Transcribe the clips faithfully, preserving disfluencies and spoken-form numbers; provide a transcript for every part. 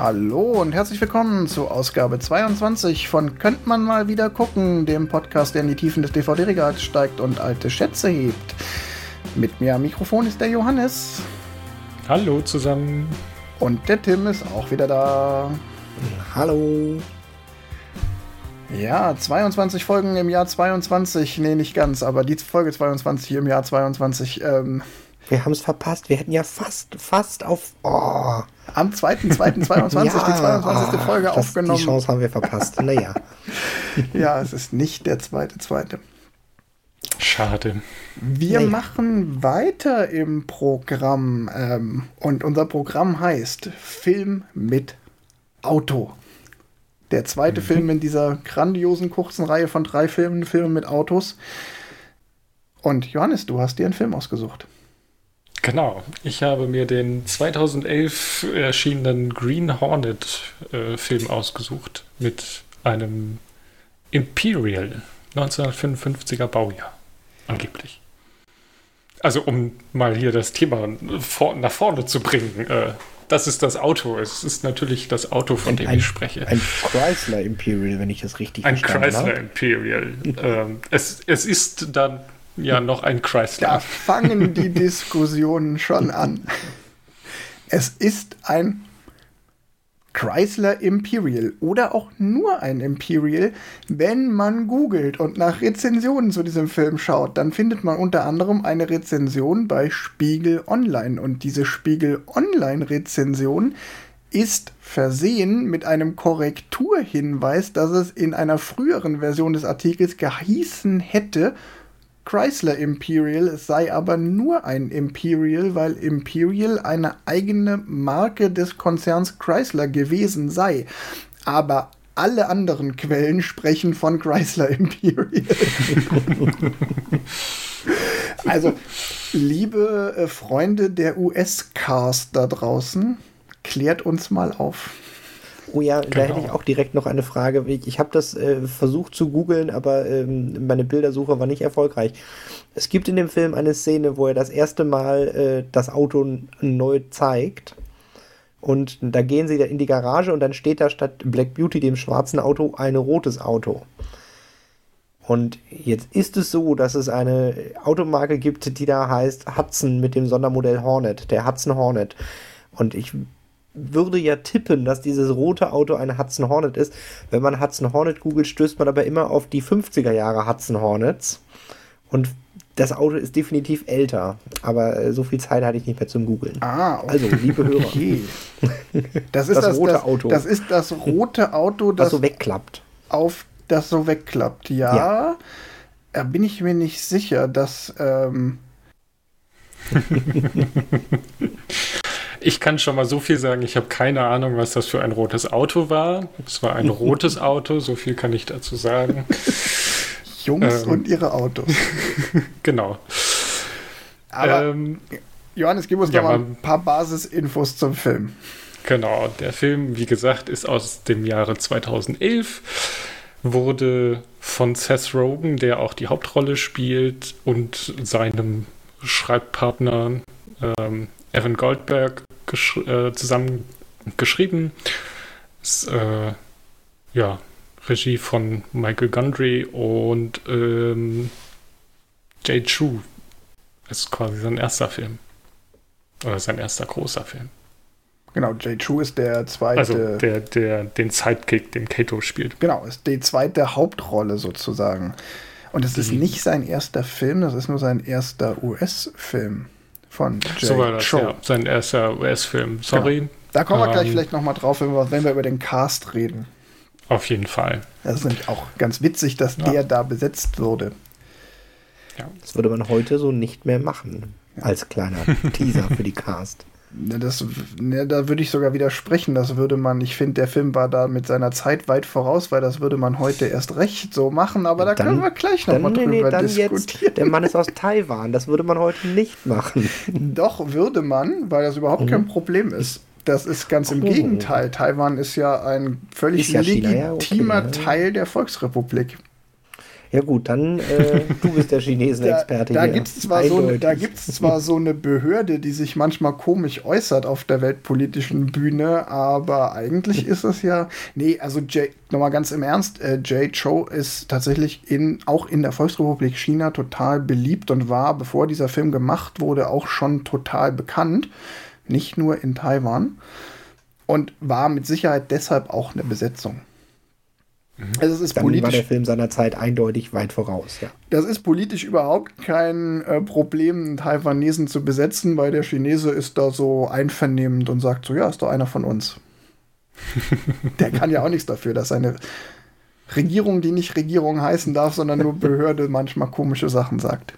Hallo und herzlich willkommen zu Ausgabe zweiundzwanzig von Könnt man mal wieder gucken, dem Podcast, der in die Tiefen des D V D-Regals steigt und alte Schätze hebt. Mit mir am Mikrofon ist der Johannes. Hallo zusammen. Und der Tim ist auch wieder da. Hallo. Ja, zweiundzwanzig Folgen im Jahr zweiundzwanzig. Nee, nicht ganz, aber die Folge zweiundzwanzig im Jahr zweiundzwanzig. Ähm, Wir haben es verpasst. Wir hätten ja fast, fast auf... Oh. Am zweiten zweiten zweiundzwanzig Ja, die zweiundzwanzigste Folge das, aufgenommen. Die Chance haben wir verpasst. Naja. Ja, es ist nicht der zweite zweite. Schade. Wir Naja. machen weiter im Programm ähm, und unser Programm heißt Film mit Auto. Der zweite Mhm. Film in dieser grandiosen kurzen Reihe von drei Filmen, Filmen mit Autos. Und Johannes, du hast dir einen Film ausgesucht. Genau. Ich habe mir den zweitausendelf erschienenen Green Hornet äh, Film ausgesucht mit einem Imperial neunzehnhundertfünfundfünfziger Baujahr. Angeblich. Also um mal hier das Thema vor, nach vorne zu bringen. Äh, das ist das Auto. Es ist natürlich das Auto, von Und dem ein- ich spreche. Ein Chrysler Imperial, wenn ich das richtig Ein verstanden Chrysler habe. Imperial. ähm, es, es ist dann ja noch ein Da Chrysler. fangen die Diskussionen schon an. Es ist ein Chrysler Imperial oder auch nur ein Imperial. Wenn man googelt und nach Rezensionen zu diesem Film schaut, dann findet man unter anderem eine Rezension bei Spiegel Online. Und diese Spiegel Online-Rezension ist versehen mit einem Korrekturhinweis, dass es in einer früheren Version des Artikels gehießen hätte, Chrysler Imperial, es sei aber nur ein Imperial, weil Imperial eine eigene Marke des Konzerns Chrysler gewesen sei. Aber alle anderen Quellen sprechen von Chrysler Imperial. Also, liebe äh, Freunde der U S-Cars da draußen, klärt uns mal auf. Oh ja, da Genau. hätte ich auch direkt noch eine Frage. Ich, ich habe das äh, versucht zu googeln, aber ähm, meine Bildersuche war nicht erfolgreich. Es gibt in dem Film eine Szene, wo er das erste Mal äh, das Auto n- neu zeigt. Und da gehen sie da in die Garage und dann steht da statt Black Beauty, dem schwarzen Auto, ein rotes Auto. Und jetzt ist es so, dass es eine Automarke gibt, die da heißt Hudson mit dem Sondermodell Hornet, der Hudson Hornet. Und ich würde ja tippen, dass dieses rote Auto eine Hudson Hornet ist. Wenn man Hudson Hornet googelt, stößt man aber immer auf die fünfziger Jahre Hudson Hornets. Und das Auto ist definitiv älter. Aber äh, so viel Zeit hatte ich nicht mehr zum Googeln. Ah, okay. Also, liebe Hörer, Das ist Das das, rote das, Auto. Das ist das rote Auto, das was so wegklappt. auf das so wegklappt. Ja, Ja. da bin ich mir nicht sicher, dass ähm, Ich kann schon mal so viel sagen, ich habe keine Ahnung, was das für ein rotes Auto war. Es war ein rotes Auto, so viel kann ich dazu sagen. Jungs Ähm. und ihre Autos. Genau. Aber ähm, Johannes, gib uns ja, doch mal man- ein paar Basisinfos zum Film. genau, der Film, wie gesagt, ist aus dem Jahre zweitausendelf, wurde von Seth Rogen, der auch die Hauptrolle spielt, und seinem Schreibpartner ähm, Evan Goldberg gesch äh, zusammen geschrieben. Ist, äh, ja, Regie von Michael Gondry und ähm, Jay Chou. Ist quasi sein erster Film. Oder sein erster großer Film. Genau, Jay Chou ist der zweite. Also der, der den Sidekick, den Kato spielt. Genau, ist die zweite Hauptrolle sozusagen. Und es ist Mhm. nicht sein erster Film, das ist nur sein erster U S-Film von Jay So war das, Chou. ja. Sein erster U S-Film. Sorry. Da kommen wir gleich Ähm, vielleicht nochmal drauf, wenn wir, wenn wir über den Cast reden. Auf jeden Fall. Das ist nämlich auch ganz witzig, dass Ja. der da besetzt wurde. Ja. Das würde man heute so nicht mehr machen. Als kleiner Teaser für die Cast. Ne, Das, ne, da würde ich sogar widersprechen. Das würde man, ich finde, der Film war da mit seiner Zeit weit voraus, weil das würde man heute erst recht so machen. Aber da Dann- können wir gleich Dann, nochmal nee, nee, drüber dann diskutieren. jetzt, der Mann ist aus Taiwan. Das würde man heute nicht machen. Doch, würde man, weil das überhaupt Mhm. kein Problem ist. Das ist ganz im Oh. Gegenteil. Taiwan ist ja ein völlig Ist ja China, ja, legitimer okay, ja. Teil der Volksrepublik. Ja gut, dann äh, du bist der Chinesen-Experte Da, da hier. gibt es zwar, so eine- da gibt's zwar so eine Behörde, die sich manchmal komisch äußert auf der weltpolitischen Bühne, aber eigentlich ist es ja. Nee, also Jay, nochmal ganz im Ernst, äh, Jay Chou ist tatsächlich in, auch in der Volksrepublik China total beliebt und war, bevor dieser Film gemacht wurde, auch schon total bekannt. Nicht nur in Taiwan. Und war mit Sicherheit deshalb auch eine Besetzung. Also es ist Dann politisch, war der Film seiner Zeit eindeutig weit voraus, ja. das ist politisch überhaupt kein äh, Problem, einen Taiwanesen zu besetzen, weil der Chinese ist da so einvernehmend und sagt so, ja, ist doch einer von uns. Der kann ja auch nichts dafür, dass seine Regierung, die nicht Regierung heißen darf, sondern nur Behörde, manchmal komische Sachen sagt.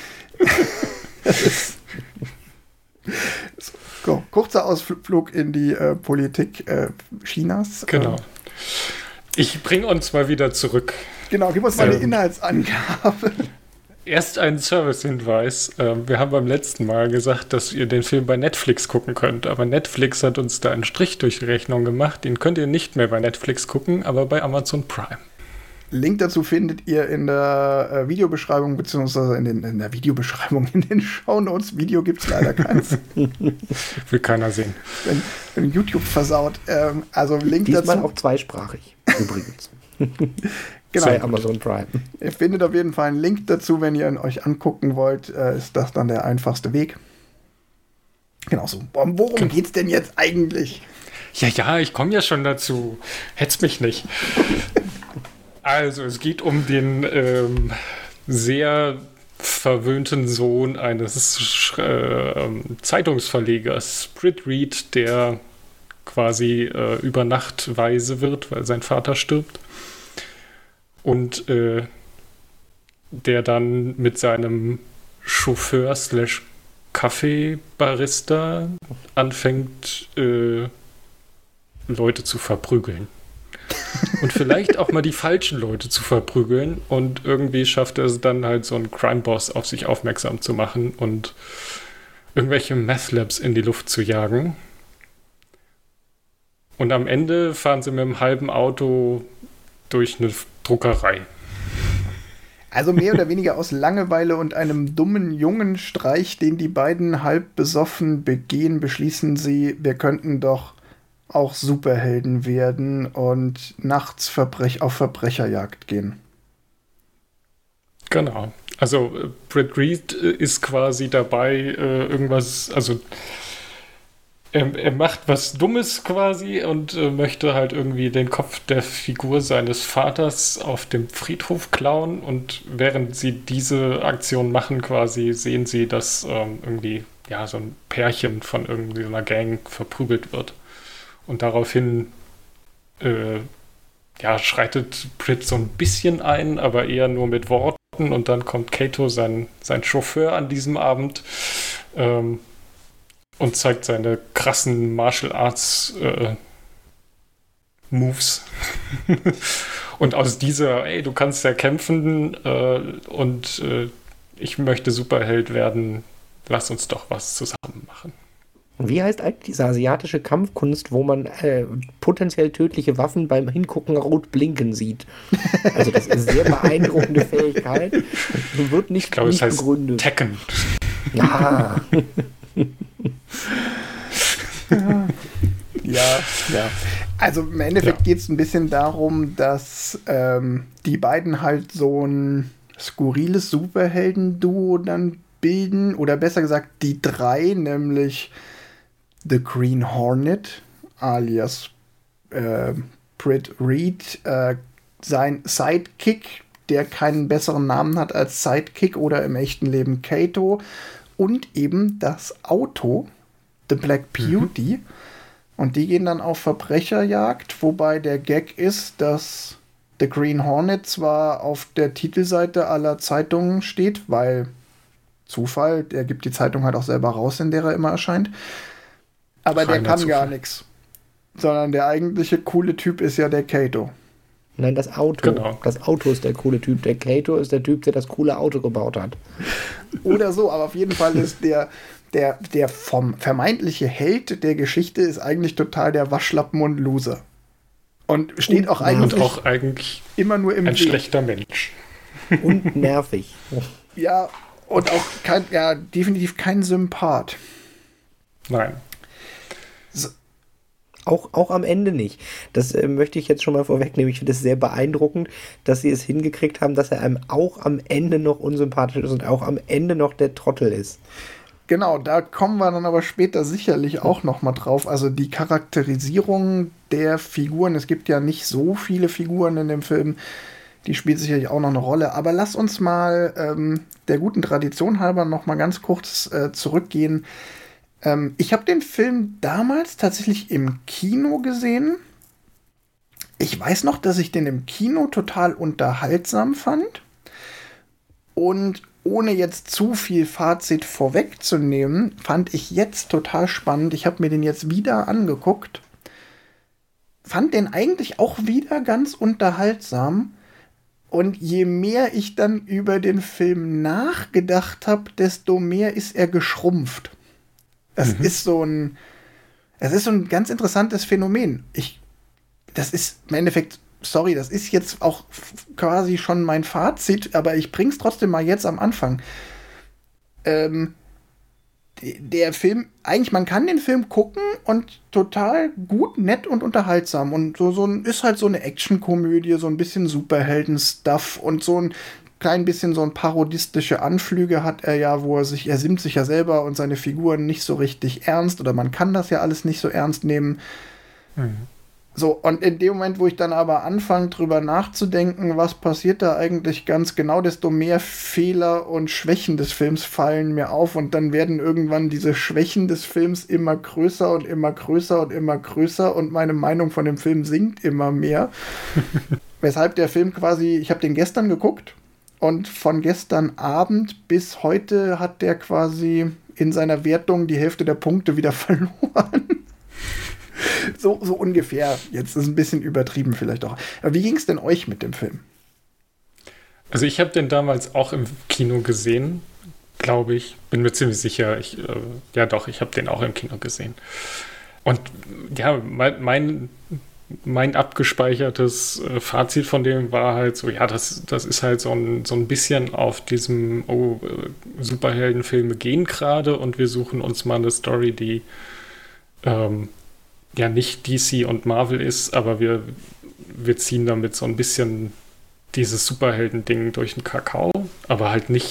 So, kurzer Ausflug in die äh, Politik äh, Chinas. Genau. Ich bringe uns mal wieder zurück. Genau, gib uns mal eine Ähm, Inhaltsangabe. Erst ein Service-Hinweis. Ähm, wir haben beim letzten Mal gesagt, dass ihr den Film bei Netflix gucken könnt, aber Netflix hat uns da einen Strich durch die Rechnung gemacht. Den könnt ihr nicht mehr bei Netflix gucken, aber bei Amazon Prime. Link dazu findet ihr in der äh, Videobeschreibung, beziehungsweise in, den, in der Videobeschreibung, in den Shownotes. Video gibt es leider keins. Will keiner sehen. wenn, wenn YouTube versaut. Ähm, also Link Diesmal dazu. auch zweisprachig, übrigens. Genau. Bei Amazon Prime. Ihr findet auf jeden Fall einen Link dazu, wenn ihr ihn euch angucken wollt. Äh, ist das dann der einfachste Weg. Genau so. Worum Genau. geht's denn jetzt eigentlich? Ja, ja, ich komme ja schon dazu. Hetz mich nicht. Also, es geht um den ähm, sehr verwöhnten Sohn eines Sch äh, Zeitungsverlegers, Britt Reed, der quasi äh, über Nacht weise wird, weil sein Vater stirbt. Und äh, der dann mit seinem Chauffeur slash Kaffeebarista anfängt, äh, Leute zu verprügeln. Und vielleicht auch mal die falschen Leute zu verprügeln. Und irgendwie schafft er es dann halt, so einen Crime-Boss auf sich aufmerksam zu machen und irgendwelche Meth-Labs in die Luft zu jagen. Und am Ende fahren sie mit einem halben Auto durch eine Druckerei. Also mehr oder weniger aus Langeweile und einem dummen jungen Streich, den die beiden halb besoffen begehen, beschließen sie, wir könnten doch auch Superhelden werden und nachts Verbrech auf Verbrecherjagd gehen. Genau. Also äh, Britt Reed äh, ist quasi dabei, äh, irgendwas, also er, er macht was Dummes quasi und äh, möchte halt irgendwie den Kopf der Figur seines Vaters auf dem Friedhof klauen, und während sie diese Aktion machen quasi, sehen sie, dass ähm, irgendwie ja so ein Pärchen von irgendwie so einer Gang verprügelt wird. Und daraufhin äh, ja, schreitet Britt so ein bisschen ein, aber eher nur mit Worten. Und dann kommt Kato, sein, sein Chauffeur, an diesem Abend ähm, und zeigt seine krassen Martial Arts äh, Moves. Und aus dieser, ey, du kannst ja kämpfen äh, und äh, ich möchte Superheld werden, lass uns doch was zusammen machen. Und wie heißt eigentlich diese asiatische Kampfkunst, wo man äh, potenziell tödliche Waffen beim Hingucken rot blinken sieht? Also das ist eine sehr beeindruckende Fähigkeit. Wird nicht, Ich glaube, nicht es heißt begründet. Tekken. Ja. Ja, ja. Also im Endeffekt Ja. geht es ein bisschen darum, dass ähm, die beiden halt so ein skurriles Superhelden-Duo dann bilden. Oder besser gesagt, die drei, nämlich The Green Hornet, alias äh, Britt Reed, äh, sein Sidekick, der keinen besseren Namen hat als Sidekick oder im echten Leben Kato, und eben das Auto, The Black Beauty. Mhm. Und die gehen dann auf Verbrecherjagd, wobei der Gag ist, dass The Green Hornet zwar auf der Titelseite aller Zeitungen steht, weil Zufall, der gibt die Zeitung halt auch selber raus, in der er immer erscheint, aber Reiner der kann Zufall. gar nichts. Sondern der eigentliche coole Typ ist ja der Kato. Nein, das Auto. Genau. Das Auto ist der coole Typ. Der Kato ist der Typ, der das coole Auto gebaut hat. Oder so, aber auf jeden Fall ist der, der, der vom vermeintliche Held der Geschichte ist eigentlich total der Waschlappen und Loser. Und steht auch Und eigentlich auch eigentlich immer nur im ein Weg. schlechter Mensch. Und nervig. Ja, und auch kein, ja, definitiv kein Sympath. Nein. So. Auch, auch am Ende nicht. Das äh, möchte ich jetzt schon mal vorwegnehmen. Ich finde es sehr beeindruckend, dass sie es hingekriegt haben, dass er einem auch am Ende noch unsympathisch ist und auch am Ende noch der Trottel ist. Genau, da kommen wir dann aber später sicherlich auch noch mal drauf. Also die Charakterisierung der Figuren, es gibt ja nicht so viele Figuren in dem Film, die spielt sicherlich auch noch eine Rolle. Aber lass uns mal ähm, der guten Tradition halber noch mal ganz kurz äh, zurückgehen. Ähm, ich habe den Film damals tatsächlich im Kino gesehen. Ich weiß noch, dass ich den im Kino total unterhaltsam fand. Und ohne jetzt zu viel Fazit vorwegzunehmen, fand ich jetzt total spannend. Ich habe mir den jetzt wieder angeguckt. Fand den eigentlich auch wieder ganz unterhaltsam. Und je mehr ich dann über den Film nachgedacht habe, desto mehr ist er geschrumpft. Es mhm. ist so ein, es ist so ein ganz interessantes Phänomen. Ich, das ist im Endeffekt, sorry, das ist jetzt auch quasi schon mein Fazit, aber ich bring's trotzdem mal jetzt am Anfang. Ähm, der Film, eigentlich, man kann den Film gucken und total gut, nett und unterhaltsam. Und so, so ein, ist halt so eine Actionkomödie, so ein bisschen Superhelden-Stuff und so ein klein bisschen so ein parodistische Anflüge hat er ja, wo er sich, er simmt sich ja selber und seine Figuren nicht so richtig ernst oder man kann das ja alles nicht so ernst nehmen. Mhm. So, und in dem Moment, wo ich dann aber anfange, drüber nachzudenken, was passiert da eigentlich ganz genau, desto mehr Fehler und Schwächen des Films fallen mir auf und dann werden irgendwann diese Schwächen des Films immer größer und immer größer und immer größer und meine Meinung von dem Film sinkt immer mehr. Weshalb der Film quasi, ich habe den gestern geguckt und von gestern Abend bis heute hat der quasi in seiner Wertung die Hälfte der Punkte wieder verloren. So, so ungefähr. Jetzt ist es ein bisschen übertrieben vielleicht auch. Aber wie ging es denn euch mit dem Film? Also ich habe den damals auch im Kino gesehen, glaube ich. Bin mir ziemlich sicher. Ich, äh, ja doch, ich habe den auch im Kino gesehen. Und ja, mein, mein, mein abgespeichertes äh, Fazit von dem war halt so, ja, das, das ist halt so ein, so ein bisschen auf diesem, oh, äh, Superheldenfilme gehen gerade und wir suchen uns mal eine Story, die ähm, ja nicht D C und Marvel ist, aber wir, wir ziehen damit so ein bisschen dieses Superhelden-Ding durch den Kakao, aber halt nicht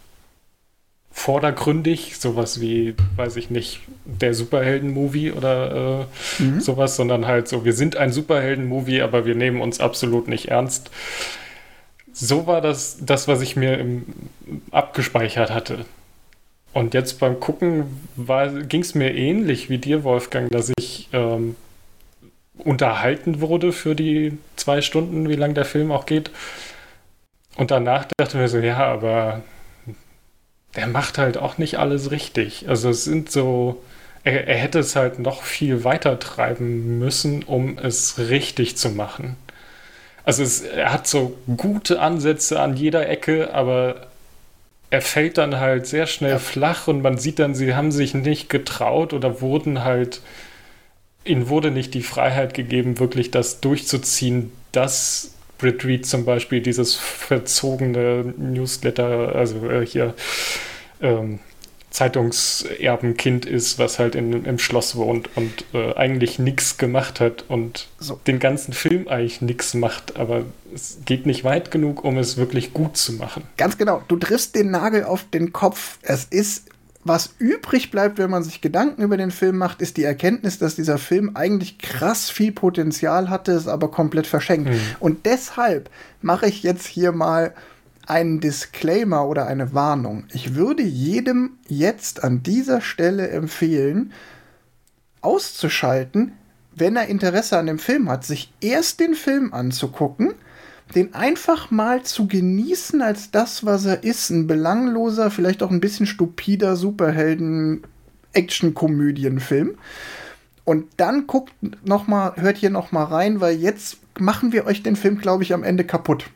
vordergründig, sowas wie, weiß ich nicht, der Superhelden-Movie oder äh, mhm. sowas, sondern halt so, wir sind ein Superhelden-Movie, aber wir nehmen uns absolut nicht ernst. So war das, das was ich mir im, abgespeichert hatte. Und jetzt beim Gucken ging es mir ähnlich wie dir, Wolfgang, dass ich ähm, unterhalten wurde für die zwei Stunden, wie lang der Film auch geht. Und danach dachte ich mir so, ja, aber der macht halt auch nicht alles richtig. Also es sind so, er, er hätte es halt noch viel weiter treiben müssen, um es richtig zu machen. Also es, er hat so gute Ansätze an jeder Ecke, aber er fällt dann halt sehr schnell ja. flach und man sieht dann, sie haben sich nicht getraut oder wurden halt, ihnen wurde nicht die Freiheit gegeben, wirklich das durchzuziehen, dass Britt Reed zum Beispiel dieses verzogene Newsletter, also äh, hier ähm, Zeitungserbenkind ist, was halt in, im Schloss wohnt und äh, eigentlich nichts gemacht hat und so. Den ganzen Film eigentlich nichts macht, aber es geht nicht weit genug, um es wirklich gut zu machen. Ganz genau, du triffst den Nagel auf den Kopf. Es ist, was übrig bleibt, wenn man sich Gedanken über den Film macht, ist die Erkenntnis, dass dieser Film eigentlich krass viel Potenzial hatte, es aber komplett verschenkt. Mhm. Und deshalb mache ich jetzt hier mal einen Disclaimer oder eine Warnung. Ich würde jedem jetzt an dieser Stelle empfehlen, auszuschalten, wenn er Interesse an dem Film hat, sich erst den Film anzugucken, den einfach mal zu genießen als das, was er ist, ein belangloser, vielleicht auch ein bisschen stupider Superhelden-Action-Komödienfilm. Und dann guckt noch mal, hört hier noch mal rein, weil jetzt machen wir euch den Film, glaube ich, am Ende kaputt.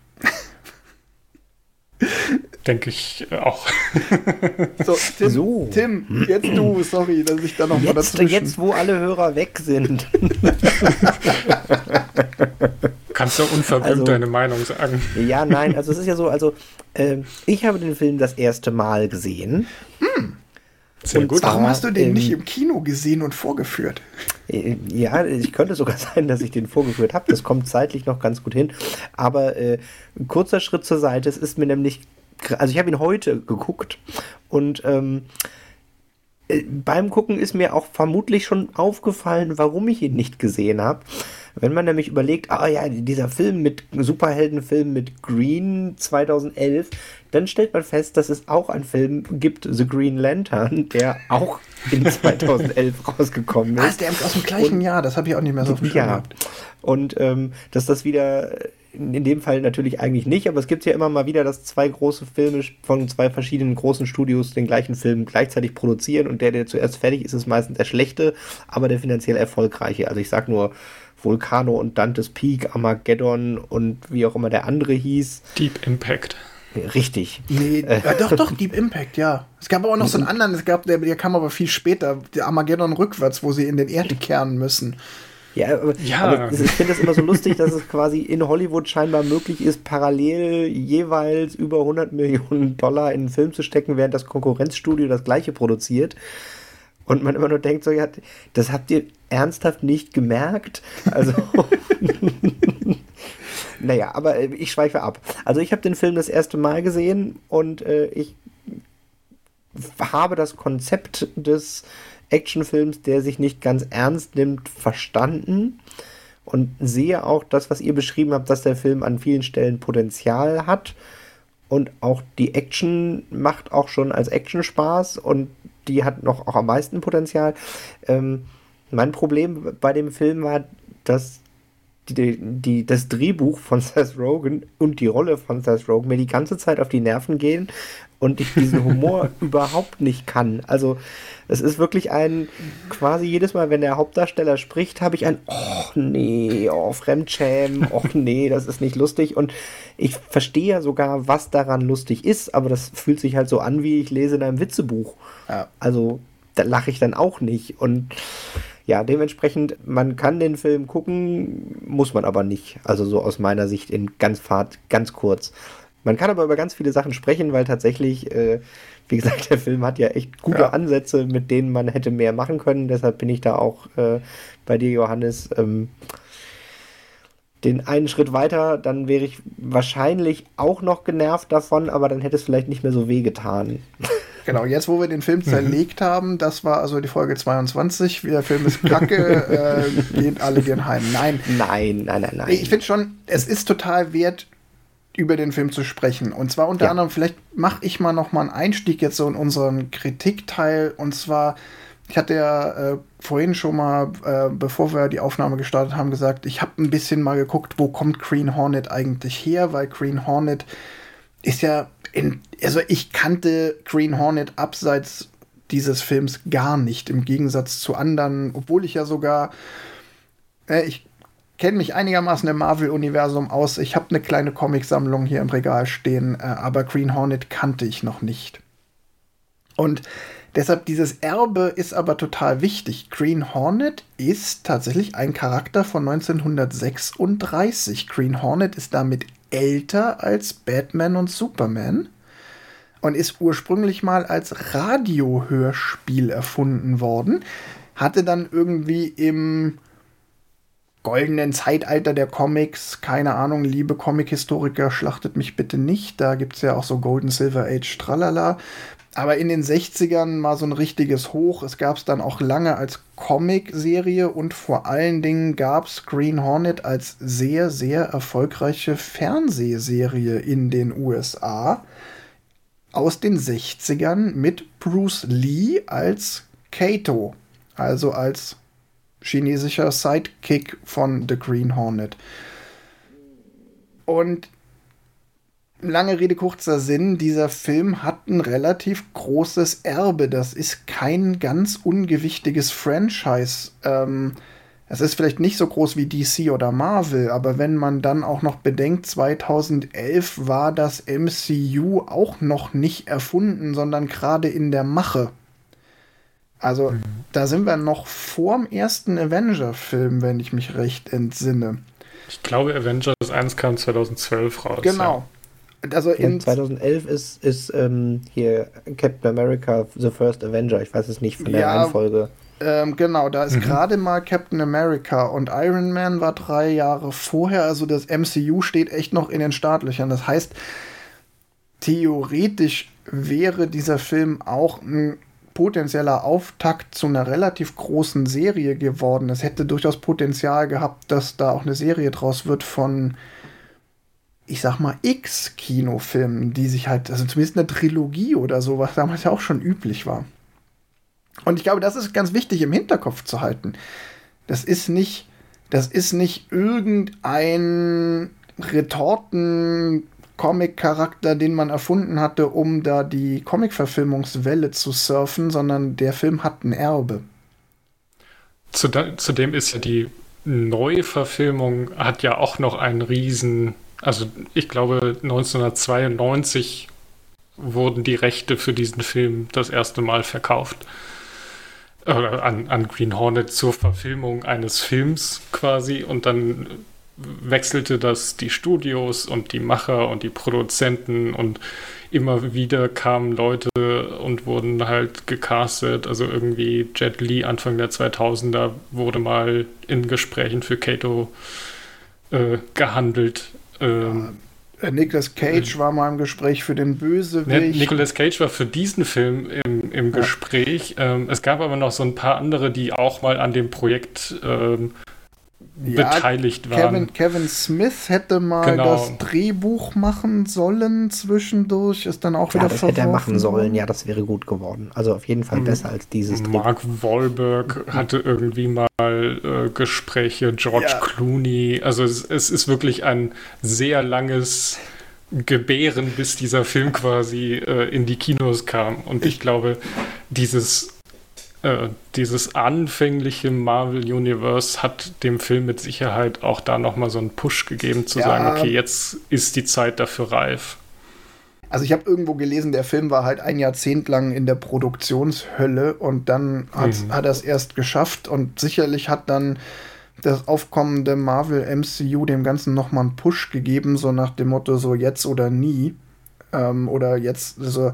Denke ich auch. So, Tim, so. Tim, jetzt du, sorry, dass ich da noch mal dazwischen... Jetzt, wo alle Hörer weg sind. kannst ja unverblümt Also- deine Meinung sagen. Ja, nein, also es ist ja so, also äh, ich habe den Film das erste Mal gesehen. Sehr Und gut. zwar- Warum hast du den ähm, nicht im Kino gesehen und vorgeführt? Äh, Ja, ich könnte sogar sein, dass ich den vorgeführt habe. Das kommt zeitlich noch ganz gut hin. Aber äh, ein kurzer Schritt zur Seite. Es ist mir nämlich, gr- also ich habe ihn heute geguckt und ähm, äh, beim Gucken ist mir auch vermutlich schon aufgefallen, warum ich ihn nicht gesehen habe. Wenn man nämlich überlegt, ah ja, dieser Film mit Superheldenfilm mit Green zweitausendelf, dann stellt man fest, dass es auch einen Film gibt, The Green Lantern, der auch in zweitausendelf rausgekommen Ah, ist. ist der aus dem gleichen Und- Jahr? Das habe ich auch nicht mehr so auf dem Schirm Ja, gehabt. und ähm, dass das wieder, in in dem Fall natürlich eigentlich nicht, aber es gibt ja immer mal wieder, dass zwei große Filme von zwei verschiedenen großen Studios den gleichen Film gleichzeitig produzieren und der, der zuerst fertig ist, ist meistens der schlechte, aber der finanziell erfolgreiche. Also ich sag nur Volcano und Dante's Peak, Armageddon und wie auch immer der andere hieß. Deep Impact. Richtig. Nee, ja, doch, doch, Deep Impact, ja. Es gab aber auch noch so einen anderen, es gab, der, der kam aber viel später, der Armageddon rückwärts, wo sie in den Erdkern müssen. Ja, aber, Ja. aber ich finde das immer so lustig, dass es quasi in Hollywood scheinbar möglich ist, parallel jeweils über hundert Millionen Dollar in einen Film zu stecken, während das Konkurrenzstudio das gleiche produziert. Und man immer nur denkt so, ja, das habt ihr ernsthaft nicht gemerkt? Also, naja, aber äh, ich schweife ab. Also ich habe den Film das erste Mal gesehen und äh, ich habe das Konzept des Actionfilms, der sich nicht ganz ernst nimmt, verstanden und sehe auch das, was ihr beschrieben habt, dass der Film an vielen Stellen Potenzial hat und auch die Action macht auch schon als Action Spaß und die hat noch auch am meisten Potenzial. Ähm, mein Problem bei dem Film war, dass die, die, das Drehbuch von Seth Rogen und die Rolle von Seth Rogen mir die ganze Zeit auf die Nerven gehen und ich diesen Humor überhaupt nicht kann. Also es ist wirklich ein, quasi jedes Mal, wenn der Hauptdarsteller spricht, habe ich ein, oh nee, oh Fremdschämen, oh nee, das ist nicht lustig. Und ich verstehe ja sogar, was daran lustig ist, aber das fühlt sich halt so an, wie ich lese in einem Witzebuch. Ja. Also da lache ich dann auch nicht. Und ja, dementsprechend, man kann den Film gucken, muss man aber nicht. Also so aus meiner Sicht in ganz Fahrt, ganz kurz. Man kann aber über ganz viele Sachen sprechen, weil tatsächlich, äh, wie gesagt, der Film hat ja echt gute Ja. Ansätze, mit denen man hätte mehr machen können. Deshalb bin ich da auch äh, bei dir, Johannes. Ähm, den einen Schritt weiter, dann wäre ich wahrscheinlich auch noch genervt davon, aber dann hätte es vielleicht nicht mehr so weh getan. Genau, jetzt wo wir den Film zerlegt haben, das war also die Folge zweiundzwanzig, der Film ist kacke, äh, gehen alle gern heim. Nein, Nein, nein, nein, nein. Nee, ich finde schon, es ist total wert, über den Film zu sprechen. Und zwar unter Ja. anderem, vielleicht mache ich mal noch mal einen Einstieg jetzt so in unseren Kritikteil. Und zwar, ich hatte ja äh, vorhin schon mal, äh, bevor wir die Aufnahme gestartet haben, gesagt, ich habe ein bisschen mal geguckt, wo kommt Green Hornet eigentlich her, weil Green Hornet ist ja, in, also ich kannte Green Hornet abseits dieses Films gar nicht, im Gegensatz zu anderen, obwohl ich ja sogar, äh, ich kenne mich einigermaßen im Marvel-Universum aus. Ich habe eine kleine Comicsammlung hier im Regal stehen, äh, aber Green Hornet kannte ich noch nicht. Und deshalb dieses Erbe ist aber total wichtig. Green Hornet ist tatsächlich ein Charakter von neunzehnhundertsechsunddreißig. Green Hornet ist damit älter als Batman und Superman und ist ursprünglich mal als Radiohörspiel erfunden worden. Hatte dann irgendwie im goldenen Zeitalter der Comics, keine Ahnung, liebe Comic-Historiker, schlachtet mich bitte nicht, da gibt es ja auch so Golden Silver Age, tralala, aber in den sechzigern mal so ein richtiges Hoch, es gab es dann auch lange als Comic-Serie und vor allen Dingen gab es Green Hornet als sehr, sehr erfolgreiche Fernsehserie in den U S A aus den sechzigern mit Bruce Lee als Kato, also als chinesischer Sidekick von The Green Hornet. Und lange Rede, kurzer Sinn, dieser Film hat ein relativ großes Erbe. Das ist kein ganz ungewichtiges Franchise. Ähm, es ist vielleicht nicht so groß wie D C oder Marvel, aber wenn man dann auch noch bedenkt, zweitausendelf war das M C U auch noch nicht erfunden, sondern gerade in der Mache. Also, mhm. da sind wir noch vorm ersten Avenger-Film, wenn ich mich recht entsinne. Ich glaube, Avengers eins kam zweitausendzwölf raus. Genau. Ja. Also in zweitausendelf ist, ist ähm, hier Captain America The First Avenger. Ich weiß es nicht von der Ja, Reihenfolge. Ähm, genau, da ist Mhm. gerade mal Captain America und Iron Man war drei Jahre vorher. Also das M C U steht echt noch in den Startlöchern. Das heißt, theoretisch wäre dieser Film auch ein potenzieller Auftakt zu einer relativ großen Serie geworden. Es hätte durchaus Potenzial gehabt, dass da auch eine Serie draus wird von, ich sag mal, X-Kinofilmen, die sich halt, also zumindest eine Trilogie oder so, was damals ja auch schon üblich war. Und ich glaube, das ist ganz wichtig im Hinterkopf zu halten. Das ist nicht, das ist nicht irgendein Retorten-Comic-Charakter, den man erfunden hatte, um da die Comic-Verfilmungswelle zu surfen, sondern der Film hat ein Erbe. Zuda- Zudem ist ja die Neuverfilmung hat ja auch noch einen riesen, also ich glaube neunzehnhundertzweiundneunzig wurden die Rechte für diesen Film das erste Mal verkauft. Oder an, an Green Hornet zur Verfilmung eines Films quasi, und dann wechselte das die Studios und die Macher und die Produzenten und immer wieder kamen Leute und wurden halt gecastet. Also irgendwie Jet Li Anfang der zweitausender wurde mal in Gesprächen für Kato äh, gehandelt. Ähm, Äh, Nicolas Cage war mal im Gespräch für den Ne, Bösewicht. Nicolas Cage war für diesen Film im, im Ja. Gespräch. Ähm, es gab aber noch so ein paar andere, die auch mal an dem Projekt ähm, Ja, beteiligt waren. Kevin, Kevin Smith hätte mal Genau. das Drehbuch machen sollen zwischendurch, ist dann auch Ja, wieder das hätte er verworfen machen sollen. worden. Ja, das wäre gut geworden. Also auf jeden Fall Mhm. besser als dieses Drehbuch. Mark Wahlberg hatte irgendwie mal äh, Gespräche, George Ja. Clooney. Also es, es ist wirklich ein sehr langes Gebären, bis dieser Film quasi äh, in die Kinos kam. Und ich glaube, dieses Äh, dieses anfängliche Marvel Universe hat dem Film mit Sicherheit auch da nochmal so einen Push gegeben, zu Ja. sagen, okay, jetzt ist die Zeit dafür reif. Also ich habe irgendwo gelesen, der Film war halt ein Jahrzehnt lang in der Produktionshölle und dann hat, Mhm. hat er es erst geschafft und sicherlich hat dann das aufkommende Marvel M C U dem Ganzen nochmal einen Push gegeben, so nach dem Motto so jetzt oder nie. Ähm, oder jetzt, so.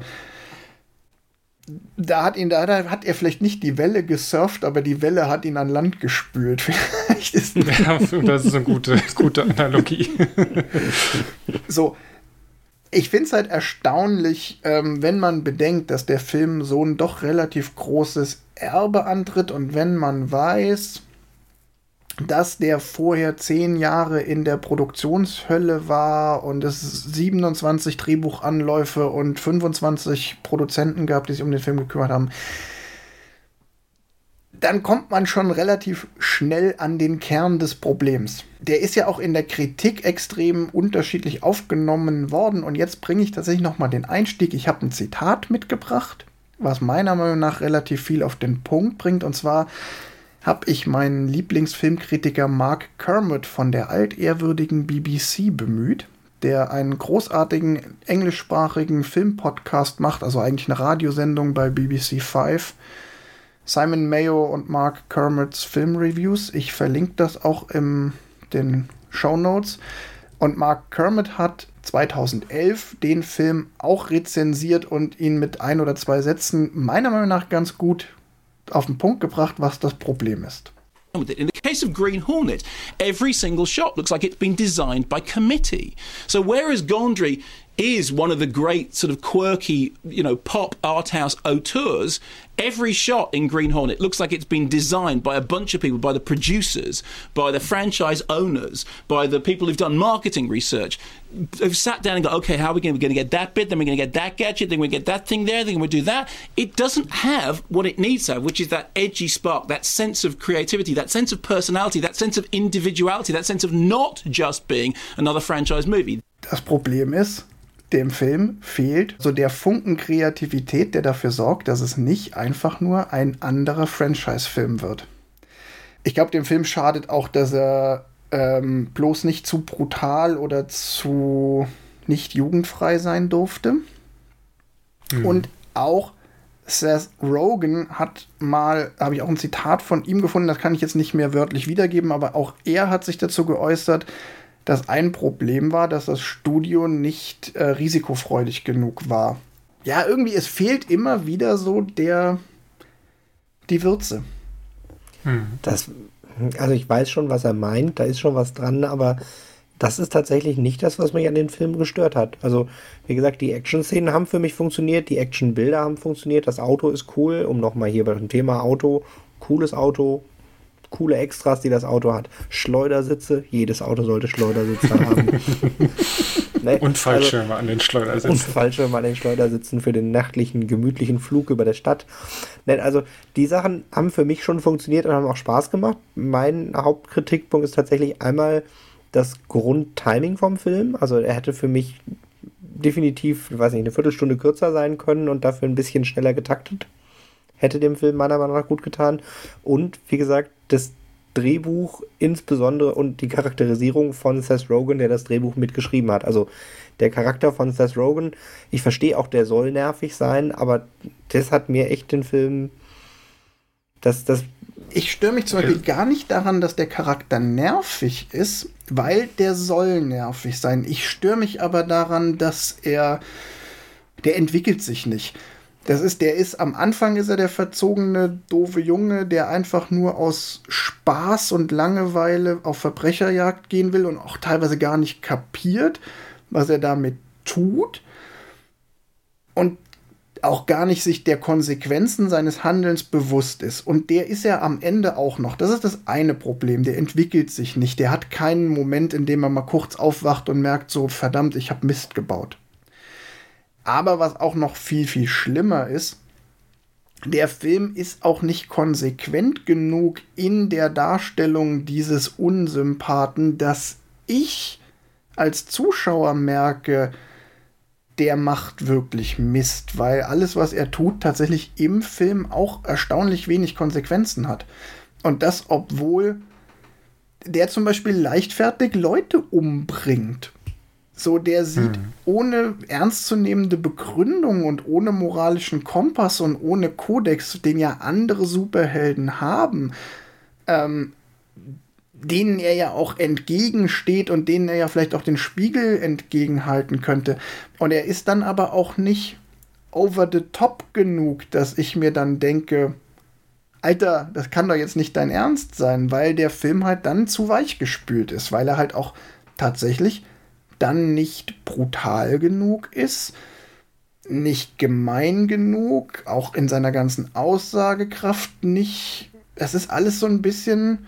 Da hat ihn, da hat er vielleicht nicht die Welle gesurft, aber die Welle hat ihn an Land gespült. Vielleicht ist Ja, das ist eine gute, gute Analogie. so. Ich finde es halt erstaunlich, ähm, wenn man bedenkt, dass der Film so ein doch relativ großes Erbe antritt und wenn man weiß, dass der vorher zehn Jahre in der Produktionshölle war und es siebenundzwanzig Drehbuchanläufe und fünfundzwanzig Produzenten gab, die sich um den Film gekümmert haben, dann kommt man schon relativ schnell an den Kern des Problems. Der ist ja auch in der Kritik extrem unterschiedlich aufgenommen worden und jetzt bringe ich tatsächlich noch mal den Einstieg. Ich habe ein Zitat mitgebracht, was meiner Meinung nach relativ viel auf den Punkt bringt, und zwar habe ich meinen Lieblingsfilmkritiker Mark Kermode von der altehrwürdigen B B C bemüht, der einen großartigen englischsprachigen Filmpodcast macht, also eigentlich eine Radiosendung bei B B C fünf. Simon Mayo und Mark Kermodes Filmreviews. Ich verlinke das auch in den Shownotes. Und Mark Kermode hat zweitausendelf den Film auch rezensiert und ihn mit ein oder zwei Sätzen meiner Meinung nach ganz gut auf den Punkt gebracht, was das Problem ist. In the case of Green Hornet, every single shot looks like it's been designed by committee. So whereas Gondry is one of the great sort of quirky, you know, pop art house auteurs, every shot in Green Hornet looks like it's been designed by a bunch of people, by the producers, by the franchise owners, by the people who've done marketing research. They've sat down and go, okay, how are we going to get that bit? Then we're going to get that gadget. Then we get that thing there. Then we do that. It doesn't have what it needs to have, which is that edgy spark, that sense of creativity, that sense of personality, that sense of individuality, that sense of not just being another franchise movie. Das Problem ist, dem Film fehlt so der Funken Kreativität, der dafür sorgt, dass es nicht einfach nur ein anderer Franchise-Film wird. Ich glaube, dem Film schadet auch, dass er ähm, bloß nicht zu brutal oder zu nicht jugendfrei sein durfte. Mhm. Und auch Seth Rogen hat mal, habe ich auch ein Zitat von ihm gefunden, das kann ich jetzt nicht mehr wörtlich wiedergeben, aber auch er hat sich dazu geäußert, dass ein Problem war, dass das Studio nicht äh, risikofreudig genug war. Ja, irgendwie, es fehlt immer wieder so der, die Würze. Das, also ich weiß schon, was er meint, da ist schon was dran, aber das ist tatsächlich nicht das, was mich an den Film gestört hat. Also, wie gesagt, die Action-Szenen haben für mich funktioniert, die Action-Bilder haben funktioniert, das Auto ist cool, um nochmal hier bei dem Thema Auto, cooles Auto, coole Extras, die das Auto hat. Schleudersitze, jedes Auto sollte Schleudersitze haben. Ne? Und Fallschirme also, an den Schleudersitzen. Und Fallschirme an den Schleudersitzen für den nächtlichen, gemütlichen Flug über der Stadt. Ne, also die Sachen haben für mich schon funktioniert und haben auch Spaß gemacht. Mein Hauptkritikpunkt ist tatsächlich einmal das Grundtiming vom Film. Also er hätte für mich definitiv, ich weiß nicht, eine Viertelstunde kürzer sein können und dafür ein bisschen schneller getaktet. Hätte dem Film meiner Meinung nach gut getan. Und wie gesagt, das Drehbuch insbesondere und die Charakterisierung von Seth Rogen, der das Drehbuch mitgeschrieben hat. Also der Charakter von Seth Rogen, ich verstehe auch, der soll nervig sein, aber das hat mir echt den Film, das, das Ich störe mich zum Beispiel gar nicht daran, dass der Charakter nervig ist, weil der soll nervig sein. Ich störe mich aber daran, dass er, der entwickelt sich nicht. Das ist, der ist, am Anfang ist er der verzogene, doofe Junge, der einfach nur aus Spaß und Langeweile auf Verbrecherjagd gehen will und auch teilweise gar nicht kapiert, was er damit tut. Und auch gar nicht sich der Konsequenzen seines Handelns bewusst ist. Und der ist er am Ende auch noch. Das ist das eine Problem. Der entwickelt sich nicht. Der hat keinen Moment, in dem er mal kurz aufwacht und merkt so, verdammt, ich habe Mist gebaut. Aber was auch noch viel, viel schlimmer ist, der Film ist auch nicht konsequent genug in der Darstellung dieses Unsympathen, dass ich als Zuschauer merke, der macht wirklich Mist, weil alles, was er tut, tatsächlich im Film auch erstaunlich wenig Konsequenzen hat. Und das, obwohl der zum Beispiel leichtfertig Leute umbringt. So, der sieht hm. ohne ernstzunehmende Begründung und ohne moralischen Kompass und ohne Kodex, den ja andere Superhelden haben, ähm, denen er ja auch entgegensteht und denen er ja vielleicht auch den Spiegel entgegenhalten könnte. Und er ist dann aber auch nicht over the top genug, dass ich mir dann denke, Alter, das kann doch jetzt nicht dein Ernst sein, weil der Film halt dann zu weich gespült ist, weil er halt auch tatsächlich dann nicht brutal genug ist, nicht gemein genug, auch in seiner ganzen Aussagekraft nicht. Es ist alles so ein bisschen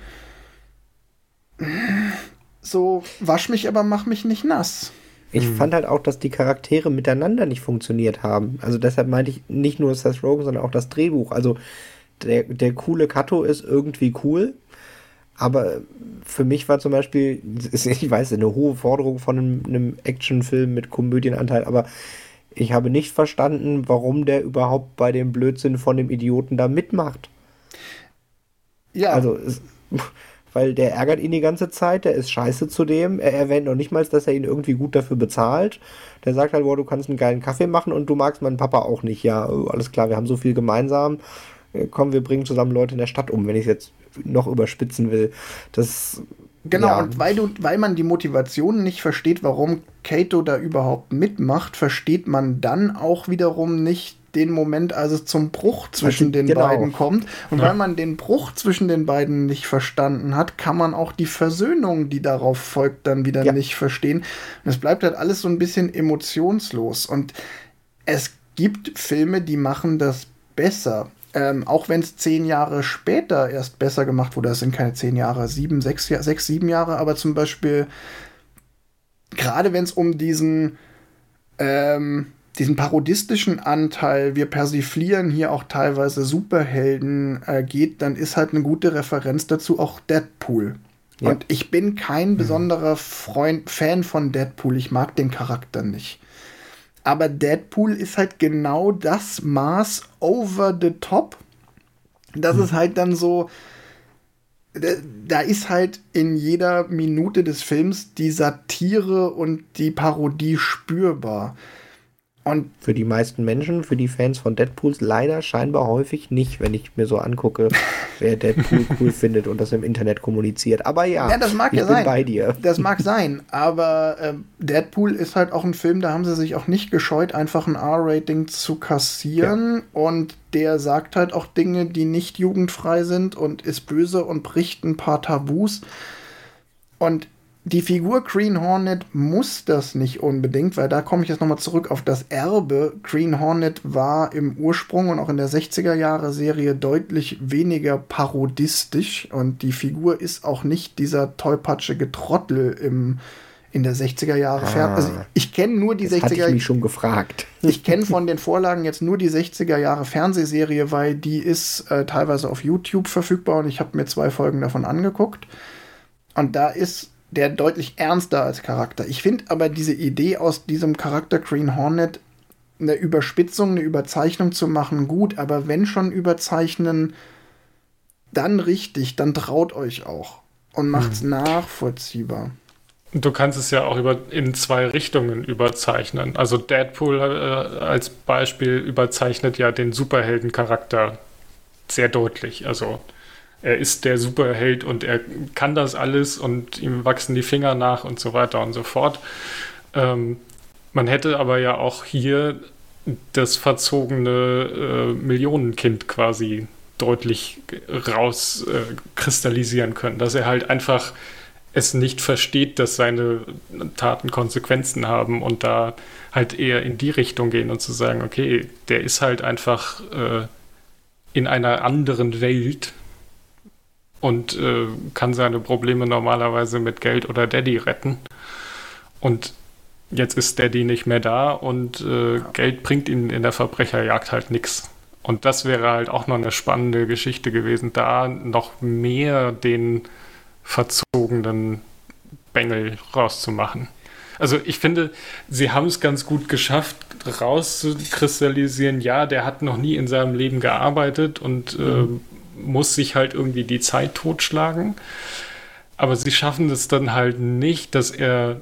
so, wasch mich, aber mach mich nicht nass. Ich hm. fand halt auch, dass die Charaktere miteinander nicht funktioniert haben. Also deshalb meinte ich nicht nur Seth Rogen, sondern auch das Drehbuch. Also der, der coole Kato ist irgendwie cool, aber für mich war zum Beispiel, ich weiß, eine hohe Forderung von einem, einem Actionfilm mit Komödienanteil, aber ich habe nicht verstanden, warum der überhaupt bei dem Blödsinn von dem Idioten da mitmacht. Ja. Also, es, weil der ärgert ihn die ganze Zeit, der ist scheiße zu dem, er erwähnt noch nicht mal, dass er ihn irgendwie gut dafür bezahlt. Der sagt halt, boah, du kannst einen geilen Kaffee machen und du magst meinen Papa auch nicht. Ja, alles klar, wir haben so viel gemeinsam. Komm, wir bringen zusammen Leute in der Stadt um, wenn ich es jetzt noch überspitzen will. Das, genau, ja. Und weil, du, weil man die Motivation nicht versteht, warum Kato da überhaupt mitmacht, versteht man dann auch wiederum nicht den Moment, als es zum Bruch zwischen den genau. beiden kommt. Und ja. weil man den Bruch zwischen den beiden nicht verstanden hat, kann man auch die Versöhnung, die darauf folgt, dann wieder ja. nicht verstehen. Und es bleibt halt alles so ein bisschen emotionslos. Und es gibt Filme, die machen das besser. Ähm, auch wenn es zehn Jahre später erst besser gemacht wurde, das sind keine zehn Jahre, sieben, sechs, sechs, sieben Jahre, aber zum Beispiel gerade wenn es um diesen ähm, diesen parodistischen Anteil, wir persiflieren hier auch teilweise Superhelden äh, geht, dann ist halt eine gute Referenz dazu auch Deadpool. Ja. Und ich bin kein besonderer Freund, Fan von Deadpool, ich mag den Charakter nicht. Aber Deadpool ist halt genau das Maß over the top. Das hm. ist halt dann so, da, da ist halt in jeder Minute des Films die Satire und die Parodie spürbar. Und für die meisten Menschen, für die Fans von Deadpool leider scheinbar häufig nicht, wenn ich mir so angucke, wer Deadpool cool findet und das im Internet kommuniziert. Aber ja, ja das mag ich ja bin sein. bei dir. Das mag sein, aber äh, Deadpool ist halt auch ein Film, da haben sie sich auch nicht gescheut, einfach ein R-Rating zu kassieren. Ja. Und der sagt halt auch Dinge, die nicht jugendfrei sind und ist böse und bricht ein paar Tabus. Und die Figur Green Hornet muss das nicht unbedingt, weil da komme ich jetzt nochmal zurück auf das Erbe. Green Hornet war im Ursprung und auch in der sechziger-Jahre-Serie deutlich weniger parodistisch und die Figur ist auch nicht dieser tollpatschige Trottel im, in der sechziger-Jahre. Ah, also ich kenne nur die das sechziger. Hatte ich mich schon gefragt. Ich kenne von den Vorlagen jetzt nur die sechziger-Jahre-Fernsehserie, weil die ist äh, teilweise auf YouTube verfügbar und ich habe mir zwei Folgen davon angeguckt. Und da ist der deutlich ernster als Charakter. Ich finde aber diese Idee aus diesem Charakter Green Hornet, eine Überspitzung, eine Überzeichnung zu machen, gut, aber wenn schon überzeichnen, dann richtig, dann traut euch auch und macht's hm. nachvollziehbar. Du kannst es ja auch über, in zwei Richtungen überzeichnen. Also Deadpool äh, als Beispiel überzeichnet ja den Superheldencharakter sehr deutlich. Also er ist der Superheld und er kann das alles und ihm wachsen die Finger nach und so weiter und so fort. Ähm, man hätte aber ja auch hier das verzogene äh, Millionenkind quasi deutlich rauskristallisieren äh, können, dass er halt einfach es nicht versteht, dass seine Taten Konsequenzen haben und da halt eher in die Richtung gehen und zu sagen, okay, der ist halt einfach äh, in einer anderen Welt und äh, kann seine Probleme normalerweise mit Geld oder Daddy retten. Und jetzt ist Daddy nicht mehr da und äh, ja. Geld bringt ihm in der Verbrecherjagd halt nichts. Und das wäre halt auch noch eine spannende Geschichte gewesen, da noch mehr den verzogenen Bengel rauszumachen. Also ich finde, sie haben es ganz gut geschafft, rauszukristallisieren, ja, der hat noch nie in seinem Leben gearbeitet und mhm. äh, muss sich halt irgendwie die Zeit totschlagen. Aber sie schaffen es dann halt nicht, dass er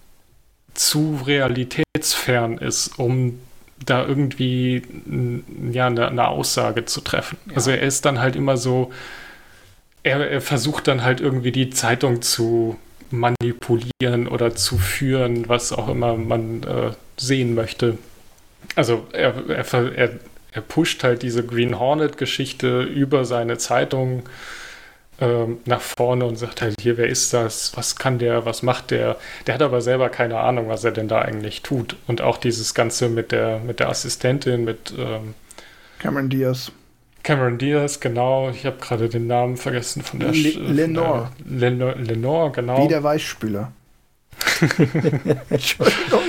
zu realitätsfern ist, um da irgendwie ja, eine, eine Aussage zu treffen. Ja. Also er ist dann halt immer so, er, er versucht dann halt irgendwie die Zeitung zu manipulieren oder zu führen, was auch immer man äh, sehen möchte. Also er, er, er Er pusht halt diese Green Hornet-Geschichte über seine Zeitung ähm, nach vorne und sagt halt, hier, wer ist das? Was kann der? Was macht der? Der hat aber selber keine Ahnung, was er denn da eigentlich tut. Und auch dieses Ganze mit der, mit der Assistentin, mit ähm, Cameron Diaz. Cameron Diaz, genau. Ich habe gerade den Namen vergessen von der... Le- Lenore. Lenore, Lenore, genau. Wie der Weichspüler. Entschuldigung.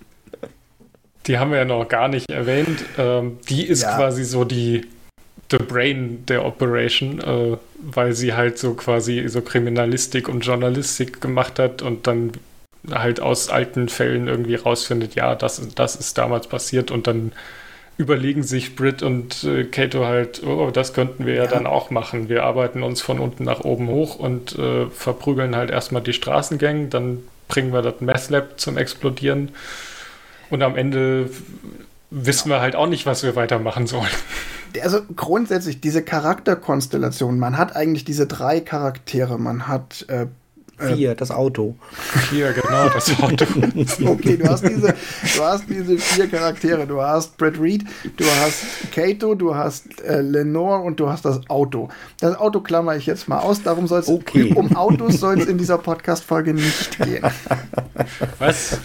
Die haben wir ja noch gar nicht erwähnt. Ähm, die ist ja. quasi so die the Brain der Operation, äh, weil sie halt so quasi so Kriminalistik und Journalistik gemacht hat und dann halt aus alten Fällen irgendwie rausfindet, ja, das, das ist damals passiert und dann überlegen sich Britt und äh, Kato halt, oh, das könnten wir ja, ja dann auch machen. Wir arbeiten uns von unten nach oben hoch und äh, verprügeln halt erstmal die Straßengang, dann bringen wir das Meth Lab zum Explodieren. Und am Ende wissen wir halt auch nicht, was wir weitermachen sollen. Also grundsätzlich diese Charakterkonstellation, man hat eigentlich diese drei Charaktere. Man hat äh, vier, das Auto. Vier, genau, das Auto. Okay, du hast diese, du hast diese vier Charaktere. Du hast Brad Reed, du hast Kato, du hast äh, Lenore und du hast das Auto. Das Auto klammer ich jetzt mal aus. Darum soll es okay. um Autos soll es in dieser Podcast-Folge nicht gehen. Was?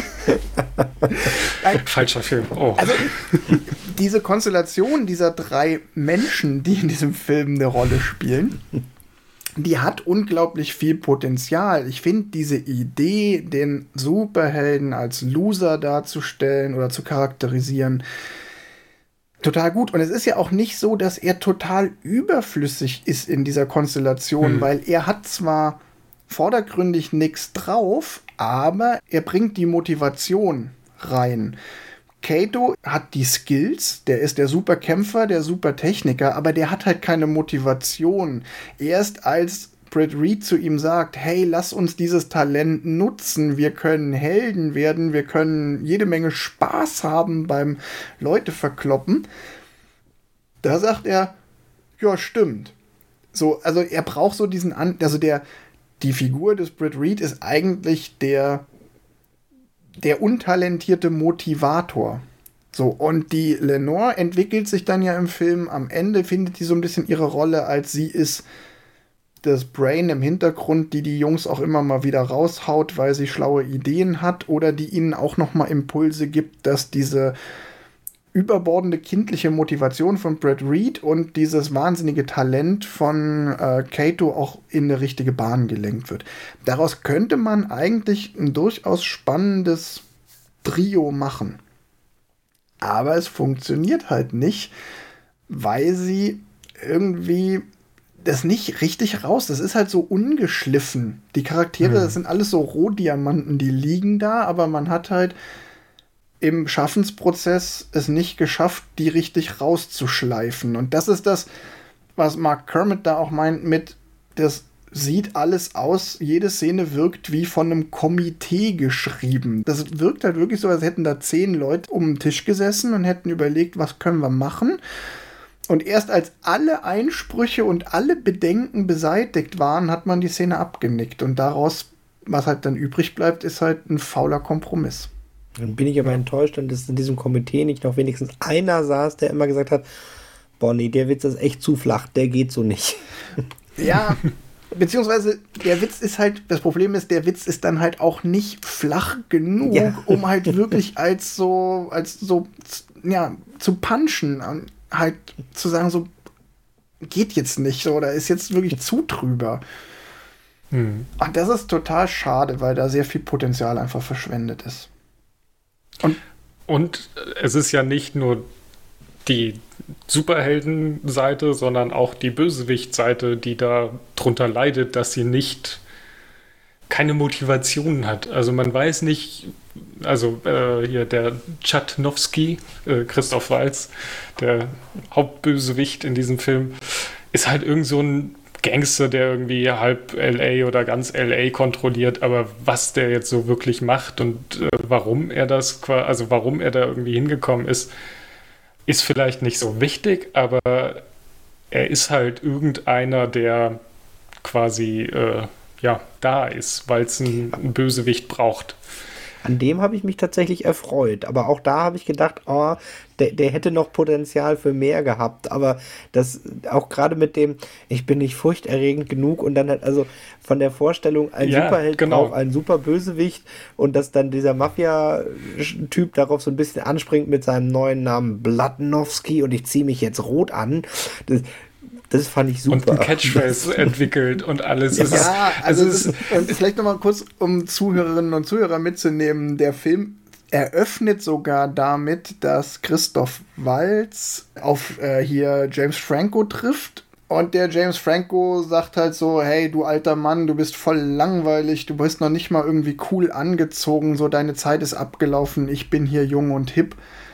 Falscher Film. Oh. Also diese Konstellation dieser drei Menschen, die in diesem Film eine Rolle spielen, die hat unglaublich viel Potenzial. Ich finde diese Idee, den Superhelden als Loser darzustellen oder zu charakterisieren, total gut. Und es ist ja auch nicht so, dass er total überflüssig ist in dieser Konstellation, hm. weil er hat zwar vordergründig nichts drauf, aber er bringt die Motivation rein. Kato hat die Skills, der ist der Superkämpfer, der Supertechniker, aber der hat halt keine Motivation. Erst als Britt Reed zu ihm sagt, hey, lass uns dieses Talent nutzen, wir können Helden werden, wir können jede Menge Spaß haben beim Leute verkloppen, da sagt er, ja, stimmt. So, also er braucht so diesen, An- also der, die Figur des Britt Reed ist eigentlich der, der untalentierte Motivator. So, und die Lenore entwickelt sich dann ja im Film, am Ende findet die so ein bisschen ihre Rolle, als sie ist das Brain im Hintergrund, die die Jungs auch immer mal wieder raushaut, weil sie schlaue Ideen hat oder die ihnen auch noch mal Impulse gibt, dass diese überbordende kindliche Motivation von Britt Reed und dieses wahnsinnige Talent von äh, Kato auch in eine richtige Bahn gelenkt wird. Daraus könnte man eigentlich ein durchaus spannendes Trio machen. Aber es funktioniert halt nicht, weil sie irgendwie das nicht richtig raus. Das ist halt so ungeschliffen. Die Charaktere, hm. das sind alles so Rohdiamanten, die liegen da, aber man hat halt im Schaffensprozess es nicht geschafft, die richtig rauszuschleifen. Und das ist das, was Mark Kermit da auch meint mit, das sieht alles aus, jede Szene wirkt wie von einem Komitee geschrieben. Das wirkt halt wirklich so, als hätten da zehn Leute um den Tisch gesessen und hätten überlegt, was können wir machen. Und erst als alle Einsprüche und alle Bedenken beseitigt waren, hat man die Szene abgenickt. Und daraus, was halt dann übrig bleibt, ist halt ein fauler Kompromiss. Dann bin ich aber enttäuscht, dass in diesem Komitee nicht noch wenigstens einer saß, der immer gesagt hat, boah, nee, der Witz ist echt zu flach, der geht so nicht. Ja, beziehungsweise der Witz ist halt, das Problem ist, der Witz ist dann halt auch nicht flach genug, ja. um halt wirklich als so, als so, ja, zu punchen und halt zu sagen, so geht jetzt nicht, so, oder ist jetzt wirklich zu drüber. Hm. Und das ist total schade, weil da sehr viel Potenzial einfach verschwendet ist. Und, und es ist ja nicht nur die Superheldenseite, sondern auch die Bösewichtseite, die da drunter leidet, dass sie nicht keine Motivation hat. Also man weiß nicht, also äh, hier der Chatnowski, äh, Christoph Waltz, der Hauptbösewicht in diesem Film, ist halt irgend so ein Gangster, der irgendwie halb L A oder ganz L A kontrolliert, aber was der jetzt so wirklich macht und äh, warum er das, also warum er da irgendwie hingekommen ist, ist vielleicht nicht so wichtig, aber er ist halt irgendeiner, der quasi äh, ja, da ist, weil es einen, einen Bösewicht braucht. An dem habe ich mich tatsächlich erfreut, aber auch da habe ich gedacht, oh, der, der hätte noch Potenzial für mehr gehabt, aber das auch gerade mit dem, ich bin nicht furchterregend genug und dann halt also von der Vorstellung, ein ja, Superheld genau. braucht einen super Bösewicht und dass dann dieser Mafia-Typ darauf so ein bisschen anspringt mit seinem neuen Namen Blatnowski und ich ziehe mich jetzt rot an, das Das fand ich super. Und ein Catchphrase entwickelt und alles. Ja, ist, also, also es ist, und vielleicht nochmal kurz, um Zuhörerinnen und Zuhörer mitzunehmen, der Film eröffnet sogar damit, dass Christoph Waltz auf äh, hier James Franco trifft. Und der James Franco sagt halt so, hey, du alter Mann, du bist voll langweilig, du bist noch nicht mal irgendwie cool angezogen, so deine Zeit ist abgelaufen, ich bin hier jung und hip.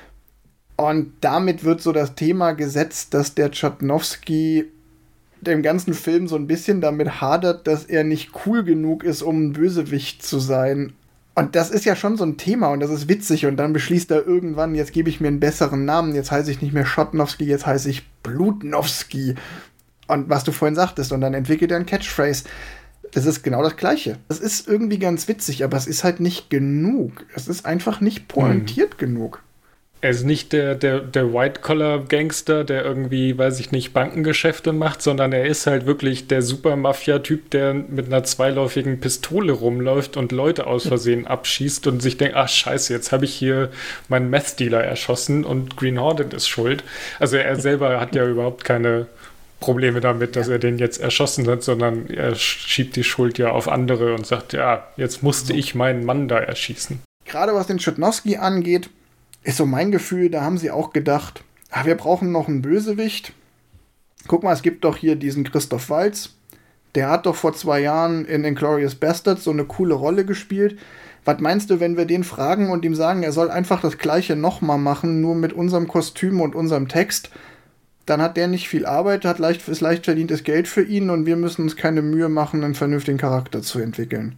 Und damit wird so das Thema gesetzt, dass der Chatnowski dem ganzen Film so ein bisschen damit hadert, dass er nicht cool genug ist, um ein Bösewicht zu sein. Und das ist ja schon so ein Thema und das ist witzig. Und dann beschließt er irgendwann, jetzt gebe ich mir einen besseren Namen. Jetzt heiße ich nicht mehr Chatnowski, jetzt heiße ich Blutnowski. Und was du vorhin sagtest. Und dann entwickelt er ein Catchphrase. Das ist genau das Gleiche. Das ist irgendwie ganz witzig, aber es ist halt nicht genug. Es ist einfach nicht pointiert hm. genug. Er ist nicht der, der, der White-Collar-Gangster, der irgendwie, weiß ich nicht, Bankengeschäfte macht, sondern er ist halt wirklich der Super-Mafia-Typ, der mit einer zweiläufigen Pistole rumläuft und Leute aus Versehen abschießt und sich denkt, ach scheiße, jetzt habe ich hier meinen Meth-Dealer erschossen und Green Hornet ist schuld. Also er selber hat ja überhaupt keine Probleme damit, dass ja. er den jetzt erschossen hat, sondern er schiebt die Schuld ja auf andere und sagt, ja, jetzt musste so. ich meinen Mann da erschießen. Gerade was den Chatnowski angeht, ist so mein Gefühl, da haben sie auch gedacht, ah, wir brauchen noch einen Bösewicht. Guck mal, es gibt doch hier diesen Christoph Waltz. Der hat doch vor zwei Jahren in Inglourious Basterds so eine coole Rolle gespielt. Was meinst du, wenn wir den fragen und ihm sagen, er soll einfach das Gleiche nochmal machen, nur mit unserem Kostüm und unserem Text? dann hat der nicht viel Arbeit, hat leicht, ist leicht verdientes Geld für ihn und wir müssen uns keine Mühe machen, einen vernünftigen Charakter zu entwickeln.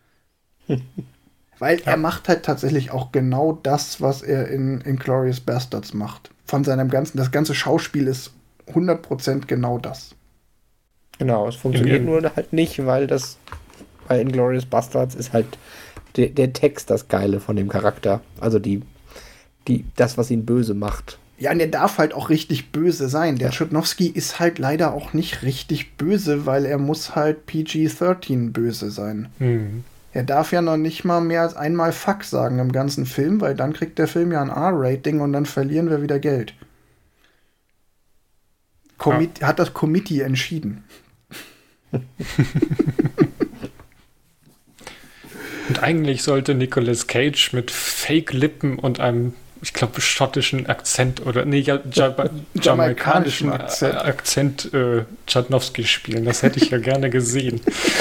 Weil ja. er macht halt tatsächlich auch genau das, was er in Inglourious Basterds macht. Von seinem ganzen, das ganze Schauspiel ist hundert Prozent genau das. Genau, es funktioniert mhm. nur halt nicht, weil das bei Inglourious Basterds ist halt der, der Text das Geile von dem Charakter. Also die, die, das, was ihn böse macht. Ja, und der darf halt auch richtig böse sein. Der ja. Chudnowski ist halt leider auch nicht richtig böse, weil er muss halt P G dreizehn böse sein. Mhm. Er darf ja noch nicht mal mehr als einmal Fuck sagen im ganzen Film, weil dann kriegt der Film ja ein R-Rating und dann verlieren wir wieder Geld. Commit- ja. Hat das Committee entschieden. Und eigentlich sollte Nicolas Cage mit Fake-Lippen und einem, ich glaube, schottischen Akzent oder nee, ja, ja, jamaikanischen Akzent, Akzent äh, Chudnowski spielen. Das hätte ich ja gerne gesehen.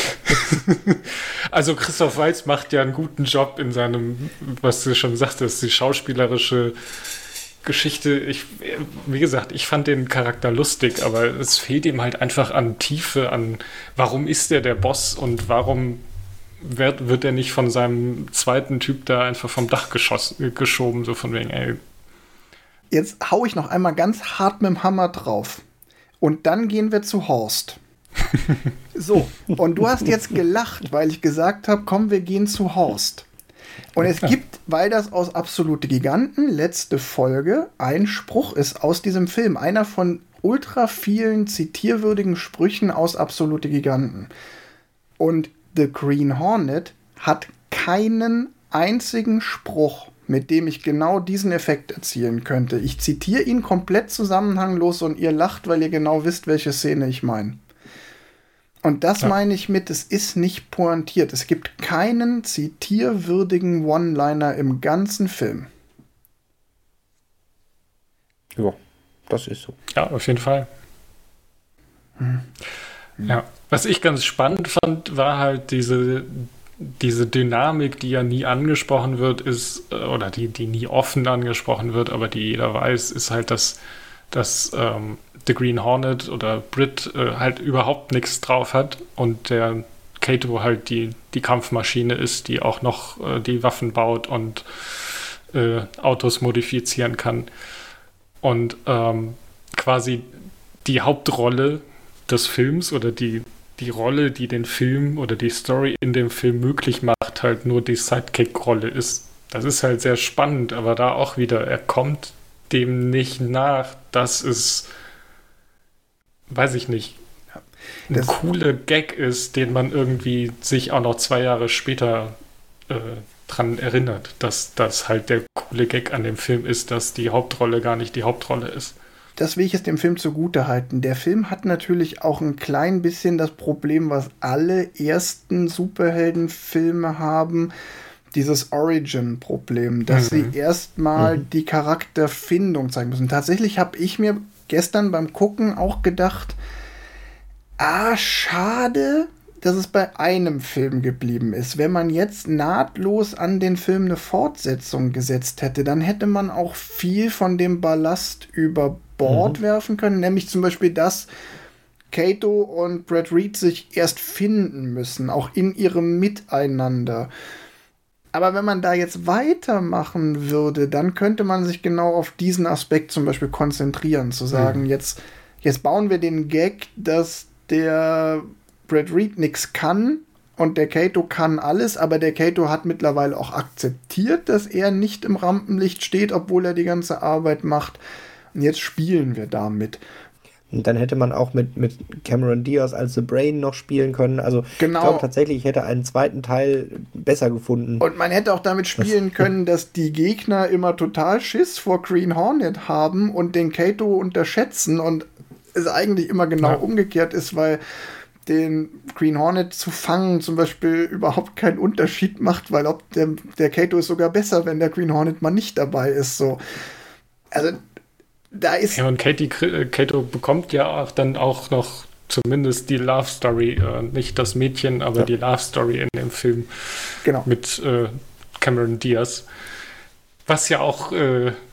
Also Christoph Waltz macht ja einen guten Job in seinem, was du schon sagtest, die schauspielerische Geschichte. Ich, wie gesagt, ich fand den Charakter lustig, aber es fehlt ihm halt einfach an Tiefe, an warum ist er der Boss und warum wird, wird er nicht von seinem zweiten Typ da einfach vom Dach geschossen, geschoben, so von wegen, ey. Jetzt hau ich noch einmal ganz hart mit dem Hammer drauf. Und dann gehen wir zu Horst. So, und du hast jetzt gelacht, weil ich gesagt habe, komm, wir gehen zu Horst. Und es gibt, weil das aus Absolute Giganten, letzte Folge, ein Spruch ist aus diesem Film. Einer von ultra vielen zitierwürdigen Sprüchen aus Absolute Giganten. Und The Green Hornet hat keinen einzigen Spruch, mit dem ich genau diesen Effekt erzielen könnte. Ich zitiere ihn komplett zusammenhanglos und ihr lacht, weil ihr genau wisst, welche Szene ich meine. Und das ja. meine ich mit, es ist nicht pointiert. Es gibt keinen zitierwürdigen One-Liner im ganzen Film. Ja, das ist so. Ja, auf jeden Fall. Hm. Ja, was ich ganz spannend fand, war halt diese, diese Dynamik, die ja nie angesprochen wird, ist, oder die, die nie offen angesprochen wird, aber die jeder weiß, ist halt, dass, dass ähm, The Green Hornet oder Brit äh, halt überhaupt nichts drauf hat und der Kato halt die, die Kampfmaschine ist, die auch noch äh, die Waffen baut und äh, Autos modifizieren kann. Und ähm, quasi die Hauptrolle des Films oder die, die Rolle, die den Film oder die Story in dem Film möglich macht, halt nur die Sidekick-Rolle ist. Das ist halt sehr spannend, aber da auch wieder, er kommt dem nicht nach, dass es, weiß ich nicht, ein das cooler Gag ist, den man irgendwie sich auch noch zwei Jahre später äh, dran erinnert, dass das halt der coole Gag an dem Film ist, dass die Hauptrolle gar nicht die Hauptrolle ist. Das will ich jetzt dem Film zugute halten. Der Film hat natürlich auch ein klein bisschen das Problem, was alle ersten Superheldenfilme haben, dieses Origin-Problem, dass mhm. sie erstmal mhm. die Charakterfindung zeigen müssen. Tatsächlich habe ich mir gestern beim Gucken auch gedacht, ah, schade, dass es bei einem Film geblieben ist. Wenn man jetzt nahtlos an den Film eine Fortsetzung gesetzt hätte, dann hätte man auch viel von dem Ballast über Bord mhm. werfen können, nämlich zum Beispiel, dass Kato und Brad Reed sich erst finden müssen, auch in ihrem Miteinander. Aber wenn man da jetzt weitermachen würde, dann könnte man sich genau auf diesen Aspekt zum Beispiel konzentrieren, zu sagen, mhm. jetzt, jetzt bauen wir den Gag, dass der Brad Reed nichts kann und der Kato kann alles, aber der Kato hat mittlerweile auch akzeptiert, dass er nicht im Rampenlicht steht, obwohl er die ganze Arbeit macht. Und jetzt spielen wir damit. Und dann hätte man auch mit, mit Cameron Diaz als The Brain noch spielen können. Also genau. Ich glaube tatsächlich, ich hätte einen zweiten Teil besser gefunden. Und man hätte auch damit spielen können, dass die Gegner immer total Schiss vor Green Hornet haben und den Kato unterschätzen und es eigentlich immer genau ja. umgekehrt ist, weil den Green Hornet zu fangen zum Beispiel überhaupt keinen Unterschied macht, weil ob der, der Kato ist sogar besser, wenn der Green Hornet mal nicht dabei ist. So. Also da ist. Ja, und Katie, Kato bekommt ja auch dann auch noch zumindest die Love Story, äh, nicht das Mädchen, aber ja. die Love Story in dem Film genau. mit äh, Cameron Diaz. Was ja auch äh,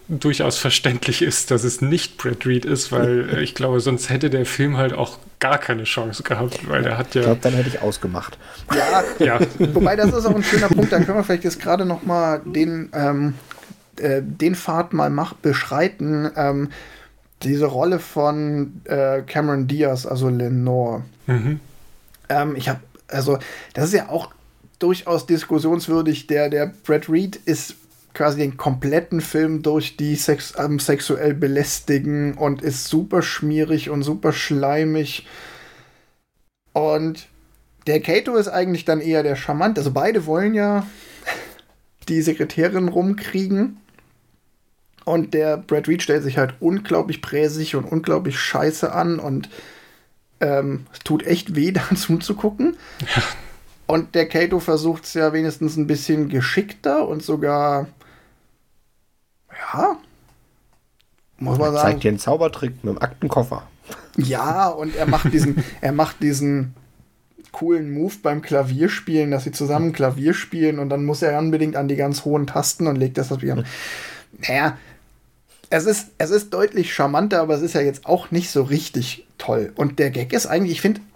durchaus verständlich ist, dass es nicht Brad Reed ist, weil äh, ich glaube, sonst hätte der Film halt auch gar keine Chance gehabt, weil der hat ja... Ich glaube, dann hätte ich ausgemacht. Ja, Ja, wobei das ist auch ein schöner Punkt, da können wir vielleicht jetzt gerade noch mal den, ähm, äh, den Pfad mal mach, beschreiten. Ähm, diese Rolle von äh, Cameron Diaz, also Lenore. mhm. Ähm, ich habe, also, das ist ja auch durchaus diskussionswürdig. Der, der Brad Reed ist quasi den kompletten Film durch die Sex, ähm, sexuell belästigen und ist super schmierig und super schleimig. Und der Kato ist eigentlich dann eher der Charmant. Also beide wollen ja die Sekretärin rumkriegen. Und der Brad Reed stellt sich halt unglaublich präsig und unglaublich scheiße an. Und ähm, es tut echt weh, da zuzugucken. Ja. Und der Kato versucht es ja wenigstens ein bisschen geschickter und sogar, ja, muss man Zeigt sagen. dir einen Zaubertrick mit dem Aktenkoffer. Ja, und er macht diesen, er macht diesen coolen Move beim Klavierspielen, dass sie zusammen Klavier spielen und dann muss er unbedingt an die ganz hohen Tasten und legt das wieder. Naja, es ist, es ist deutlich charmanter, aber es ist ja jetzt auch nicht so richtig toll. Und der Gag ist eigentlich, ich finde,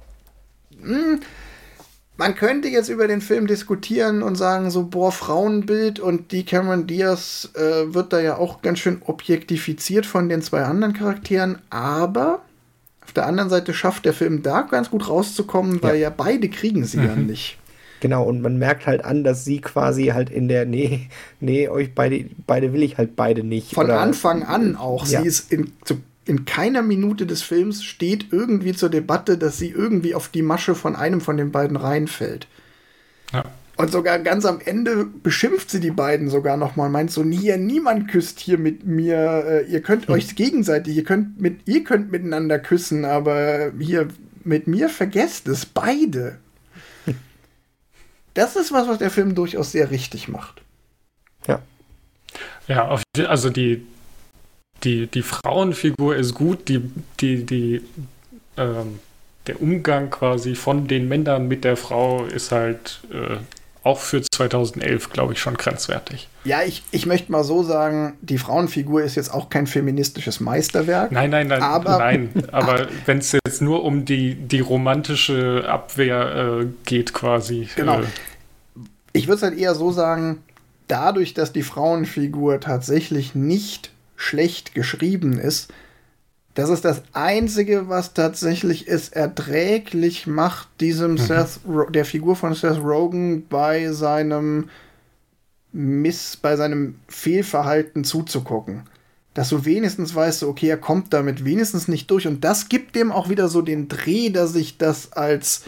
man könnte jetzt über den Film diskutieren und sagen so, boah, Frauenbild und die Cameron Diaz äh, wird da ja auch ganz schön objektifiziert von den zwei anderen Charakteren, aber auf der anderen Seite schafft der Film da ganz gut rauszukommen, weil ja, ja beide kriegen sie mhm. ja nicht. Genau, und man merkt halt an, dass sie quasi halt in der, nee, nee, euch beide, beide will ich halt beide nicht. Von oder, Anfang an auch. Ja. Sie ist in, zu, in keiner Minute des Films steht irgendwie zur Debatte, dass sie irgendwie auf die Masche von einem von den beiden reinfällt. Ja. Und sogar ganz am Ende beschimpft sie die beiden sogar noch mal, meint so, hier, niemand küsst hier mit mir, äh, ihr könnt hm. euch gegenseitig, ihr könnt, mit, ihr könnt miteinander küssen, aber hier mit mir vergesst es, beide. Das ist was, was der Film durchaus sehr richtig macht. Ja. Ja, auf, also die, die, die Frauenfigur ist gut, die, die, die, ähm, der Umgang quasi von den Männern mit der Frau ist halt äh, auch für zweitausendelf, glaube ich, schon grenzwertig. Ja, ich, ich möchte mal so sagen, die Frauenfigur ist jetzt auch kein feministisches Meisterwerk. Nein, nein, nein, aber, nein. Aber wenn es jetzt nur um die, die romantische Abwehr äh, geht quasi. Genau. Äh, ich würde es halt eher so sagen, dadurch, dass die Frauenfigur tatsächlich nicht schlecht geschrieben ist, das ist das Einzige, was tatsächlich es erträglich macht, diesem mhm. Seth, der Figur von Seth Rogen bei seinem Miss, bei seinem Fehlverhalten zuzugucken. Dass du wenigstens weißt, so, okay, er kommt damit wenigstens nicht durch. Und das gibt dem auch wieder so den Dreh, dass ich das als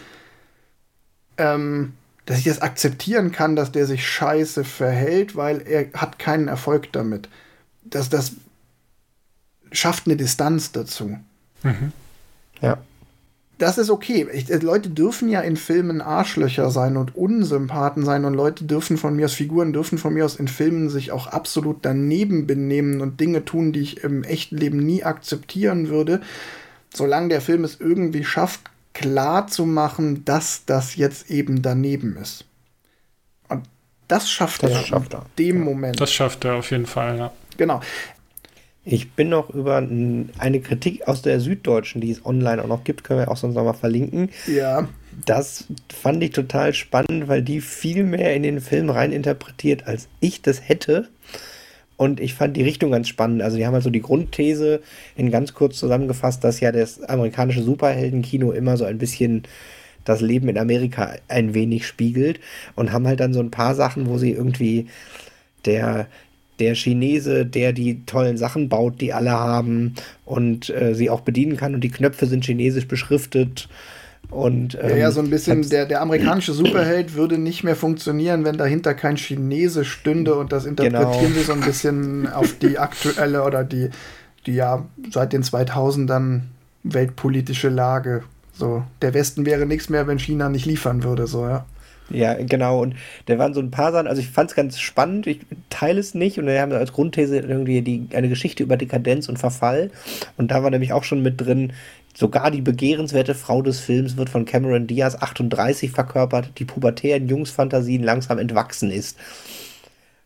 ähm, dass ich das akzeptieren kann, dass der sich scheiße verhält, weil er hat keinen Erfolg damit. Dass das schafft eine Distanz dazu. Mhm. Ja. Das ist okay. Ich, Leute dürfen ja in Filmen Arschlöcher sein und Unsympathen sein und Leute dürfen von mir aus, Figuren dürfen von mir aus in Filmen sich auch absolut daneben benehmen und Dinge tun, die ich im echten Leben nie akzeptieren würde, solange der Film es irgendwie schafft, klar zu machen, dass das jetzt eben daneben ist. Und das schafft das er schafft er. in dem ja. Moment. Das schafft er auf jeden Fall, ja. Genau. Ich bin noch über eine Kritik aus der Süddeutschen, die es online auch noch gibt, können wir auch sonst noch mal verlinken. Ja. Das fand ich total spannend, weil die viel mehr in den Film reininterpretiert, als ich das hätte. Und ich fand die Richtung ganz spannend. Also die haben halt so die Grundthese in ganz kurz zusammengefasst, dass ja das amerikanische Superheldenkino immer so ein bisschen das Leben in Amerika ein wenig spiegelt und haben halt dann so ein paar Sachen, wo sie irgendwie der der Chinese, der die tollen Sachen baut, die alle haben und äh, sie auch bedienen kann und die Knöpfe sind chinesisch beschriftet. Und, ähm, ja, ja, so ein bisschen, der, der amerikanische Superheld würde nicht mehr funktionieren, wenn dahinter kein Chinese stünde und das interpretieren genau. sie so ein bisschen auf die aktuelle oder die, die ja seit den zweitausendern weltpolitische Lage. So, der Westen wäre nichts mehr, wenn China nicht liefern würde, so, ja. Ja, genau. Und da waren so ein paar Sachen, also ich fand es ganz spannend, ich teile es nicht. Und wir haben als Grundthese irgendwie die, eine Geschichte über Dekadenz und Verfall. Und da war nämlich auch schon mit drin, sogar die begehrenswerte Frau des Films wird von Cameron Diaz achtunddreißig verkörpert, die pubertären Jungsfantasien langsam entwachsen ist.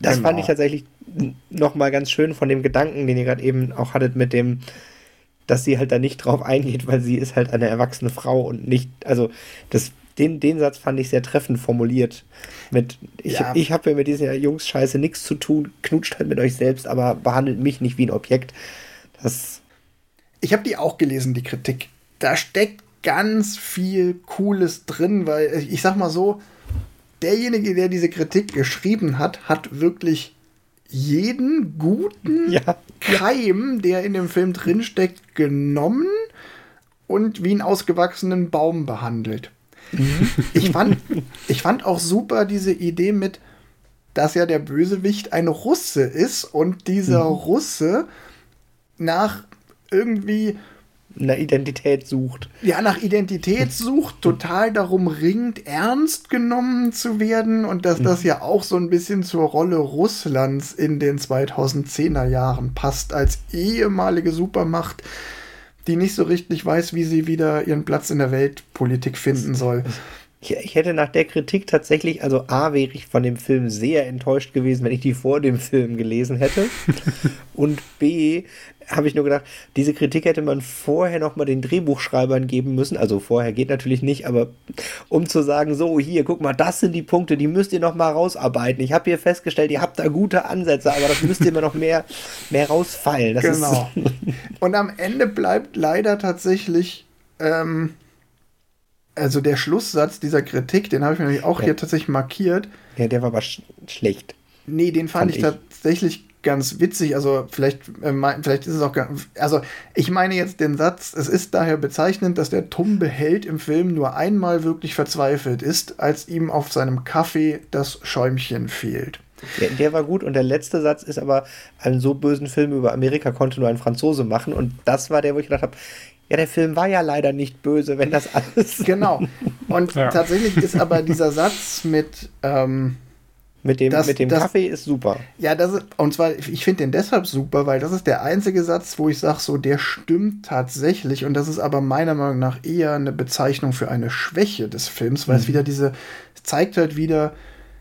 Das Genau. fand ich tatsächlich nochmal ganz schön von dem Gedanken, den ihr gerade eben auch hattet mit dem, dass sie halt da nicht drauf eingeht, weil sie ist halt eine erwachsene Frau und nicht, also das, den, den Satz fand ich sehr treffend formuliert. Mit, ich, Ja. ich habe ja mit dieser Jungs-Scheiße nichts zu tun, knutscht halt mit euch selbst, aber behandelt mich nicht wie ein Objekt. Das, Ich habe die auch gelesen, die Kritik. Da steckt ganz viel Cooles drin, weil ich sag mal so, derjenige, der diese Kritik geschrieben hat, hat wirklich jeden guten ja, Keim, der in dem Film drinsteckt, genommen und wie einen ausgewachsenen Baum behandelt. Ich fand, ich fand auch super diese Idee mit, dass ja der Bösewicht ein Russe ist und dieser Mhm. Russe nach irgendwie eine Identität sucht. ja, nach Identität sucht, total darum ringt, ernst genommen zu werden und dass das ja auch so ein bisschen zur Rolle Russlands in den zweitausendzehner Jahren passt, als ehemalige Supermacht, die nicht so richtig weiß, wie sie wieder ihren Platz in der Weltpolitik finden soll. Ich, ich hätte nach der Kritik tatsächlich, also A, wäre ich von dem Film sehr enttäuscht gewesen, wenn ich die vor dem Film gelesen hätte. Und B, habe ich nur gedacht, diese Kritik hätte man vorher nochmal den Drehbuchschreibern geben müssen. Also vorher geht natürlich nicht, aber um zu sagen, so, hier, guck mal, das sind die Punkte, die müsst ihr nochmal rausarbeiten. Ich habe hier festgestellt, ihr habt da gute Ansätze, aber das müsst ihr immer noch mehr, mehr rausfeilen. Das Genau. Ist Und am Ende bleibt leider tatsächlich, ähm, also der Schlusssatz dieser Kritik, den habe ich mir nämlich auch Ja. hier tatsächlich markiert. ja, der war aber sch schlecht. Nee, den fand, Fand ich, ich. tatsächlich ganz witzig. Also vielleicht, äh, mein, vielleicht ist es auch ganz, also ich meine jetzt den Satz, es ist daher bezeichnend, dass der tumbe Held im Film nur einmal wirklich verzweifelt ist, als ihm auf seinem Kaffee das Schäumchen fehlt. Der, der war gut und der letzte Satz ist aber, einen so bösen Film über Amerika konnte nur ein Franzose machen und das war der, wo ich gedacht habe, ja, der Film war ja leider nicht böse, wenn das alles Genau. Und Ja. tatsächlich ist aber dieser Satz mit, ähm, mit dem, Das- mit dem das- Kaffee ist super. ja, das ist, und zwar, ich finde den deshalb super, weil das ist der einzige Satz, wo ich sage, so, der stimmt tatsächlich. Und das ist aber meiner Meinung nach eher eine Bezeichnung für eine Schwäche des Films, weil es wieder diese, es zeigt halt wieder,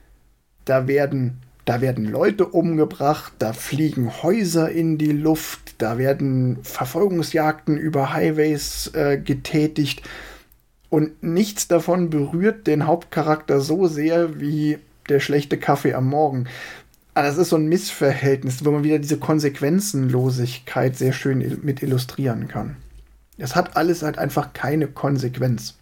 da werden, da werden Leute umgebracht, da fliegen Häuser in die Luft, da werden Verfolgungsjagden über Highways äh, getätigt. Und nichts davon berührt den Hauptcharakter so sehr wie der schlechte Kaffee am Morgen. Aber das ist so ein Missverhältnis, wo man wieder diese Konsequenzenlosigkeit sehr schön il- mit illustrieren kann. Es hat alles halt einfach keine Konsequenz.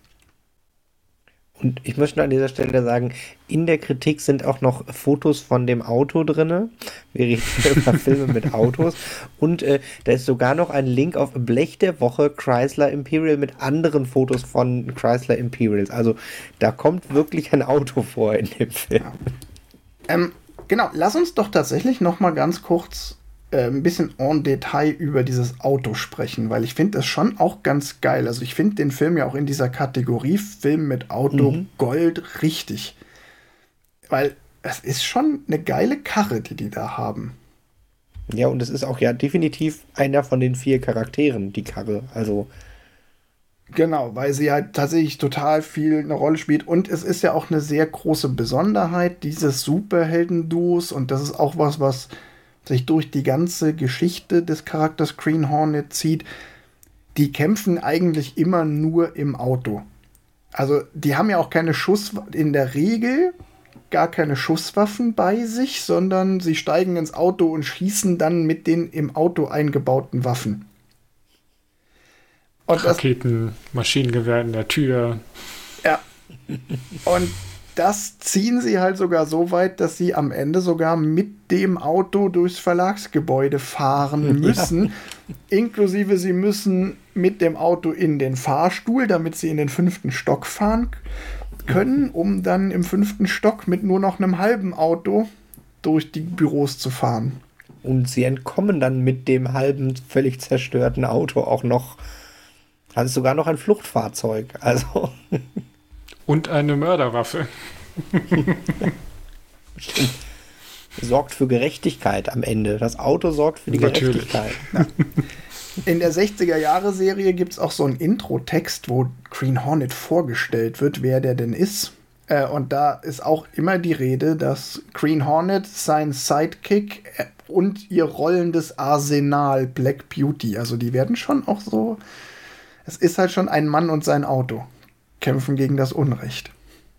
Und ich möchte an dieser Stelle sagen, in der Kritik sind auch noch Fotos von dem Auto drin. Wir reden hier über Filme mit Autos. Und äh, da ist sogar noch ein Link auf Blech der Woche Chrysler Imperial mit anderen Fotos von Chrysler Imperials. Also da kommt wirklich ein Auto vor in dem Film. Ähm, genau, lass uns doch tatsächlich noch mal ganz kurz äh, ein bisschen en Detail über dieses Auto sprechen, weil ich finde das schon auch ganz geil. Also ich finde den Film ja auch in dieser Kategorie Film mit Auto Mhm. Gold richtig. Weil es ist schon eine geile Karre, die die da haben. Ja, und es ist auch ja definitiv einer von den vier Charakteren, die Karre. Also Genau, weil sie halt tatsächlich total viel eine Rolle spielt. Und es ist ja auch eine sehr große Besonderheit dieses Superhelden-Duos. Und das ist auch was, was sich durch die ganze Geschichte des Charakters Green Hornet zieht. Die kämpfen eigentlich immer nur im Auto. Also die haben ja auch keine Schusswaffen, in der Regel gar keine Schusswaffen bei sich, sondern sie steigen ins Auto und schießen dann mit den im Auto eingebauten Waffen. Und das Raketen, Maschinengewehr in der Tür. Ja. Und das ziehen sie halt sogar so weit, dass sie am Ende sogar mit dem Auto durchs Verlagsgebäude fahren müssen. Ja. Inklusive sie müssen mit dem Auto in den Fahrstuhl, damit sie in den fünften Stock fahren können, um dann im fünften Stock mit nur noch einem halben Auto durch die Büros zu fahren. Und sie entkommen dann mit dem halben, völlig zerstörten Auto auch noch. Also sogar noch ein Fluchtfahrzeug. Also. Und eine Mörderwaffe. Sorgt für Gerechtigkeit am Ende. Das Auto sorgt für die Natürlich. Gerechtigkeit. Ja. In der sechziger-Jahre-Serie gibt es auch so einen Intro-Text, wo Green Hornet vorgestellt wird, wer der denn ist. Äh, und da ist auch immer die Rede, dass Green Hornet, sein Sidekick äh, und ihr rollendes Arsenal Black Beauty, also die werden schon auch so, es ist halt schon ein Mann und sein Auto, kämpfen gegen das Unrecht.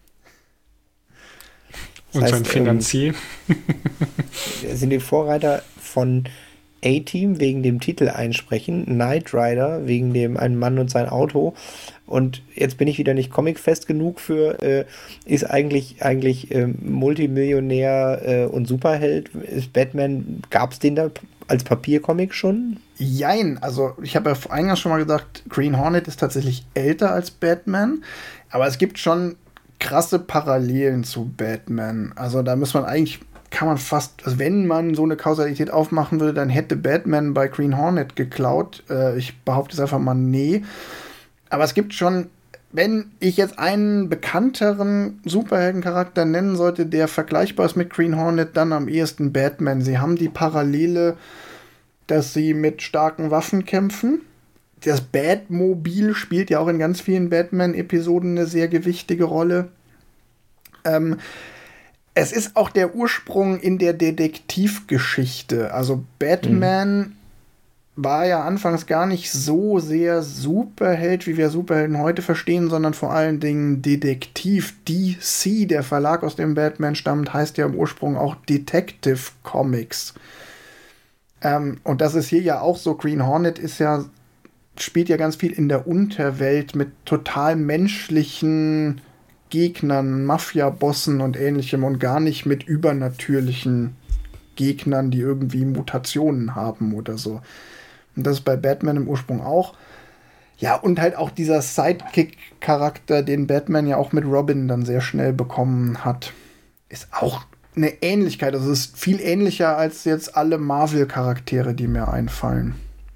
Und das sein heißt, Finanzier. Ähm, sind die Vorreiter von A-Team wegen dem Titel einsprechen, Knight Rider wegen dem Ein Mann und sein Auto. Und jetzt bin ich wieder nicht comicfest genug für, äh, ist eigentlich, eigentlich äh, Multimillionär äh, und Superheld. Ist Batman, gab es den da als Papiercomic schon? Jein, also ich habe ja eingangs schon mal gesagt, Green Hornet ist tatsächlich älter als Batman, aber es gibt schon krasse Parallelen zu Batman. Also da muss man eigentlich, kann man fast, also wenn man so eine Kausalität aufmachen würde, dann hätte Batman bei Green Hornet geklaut. Äh, ich behaupte es einfach mal, nee. Aber es gibt schon, wenn ich jetzt einen bekannteren Superheldencharakter nennen sollte, der vergleichbar ist mit Green Hornet, dann am ehesten Batman. Sie haben die Parallele, dass sie mit starken Waffen kämpfen. Das Batmobil spielt ja auch in ganz vielen Batman-Episoden eine sehr gewichtige Rolle. Ähm, es ist auch der Ursprung in der Detektivgeschichte. Also Batman mhm. war ja anfangs gar nicht so sehr Superheld, wie wir Superhelden heute verstehen, sondern vor allen Dingen Detektiv. D C, der Verlag, aus dem Batman stammt, heißt ja im Ursprung auch Detective Comics. Ähm, und das ist hier ja auch so. Green Hornet ist ja, spielt ja ganz viel in der Unterwelt mit total menschlichen Gegnern, Mafia-Bossen und ähnlichem und gar nicht mit übernatürlichen Gegnern, die irgendwie Mutationen haben oder so. Und das ist bei Batman im Ursprung auch. Ja, und halt auch dieser Sidekick-Charakter, den Batman ja auch mit Robin dann sehr schnell bekommen hat, ist auch eine Ähnlichkeit. Also es ist viel ähnlicher als jetzt alle Marvel-Charaktere, die mir einfallen.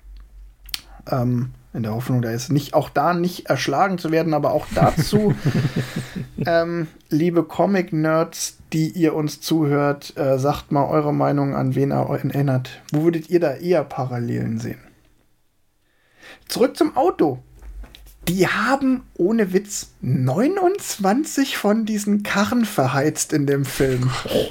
Ähm, in der Hoffnung, da ist nicht, auch da nicht erschlagen zu werden, aber auch dazu, ähm, liebe Comic-Nerds, die ihr uns zuhört, äh, sagt mal eure Meinung, an wen er euch erinnert. Wo würdet ihr da eher Parallelen sehen? Zurück zum Auto. Die haben, ohne Witz, neunundzwanzig von diesen Karren verheizt in dem Film.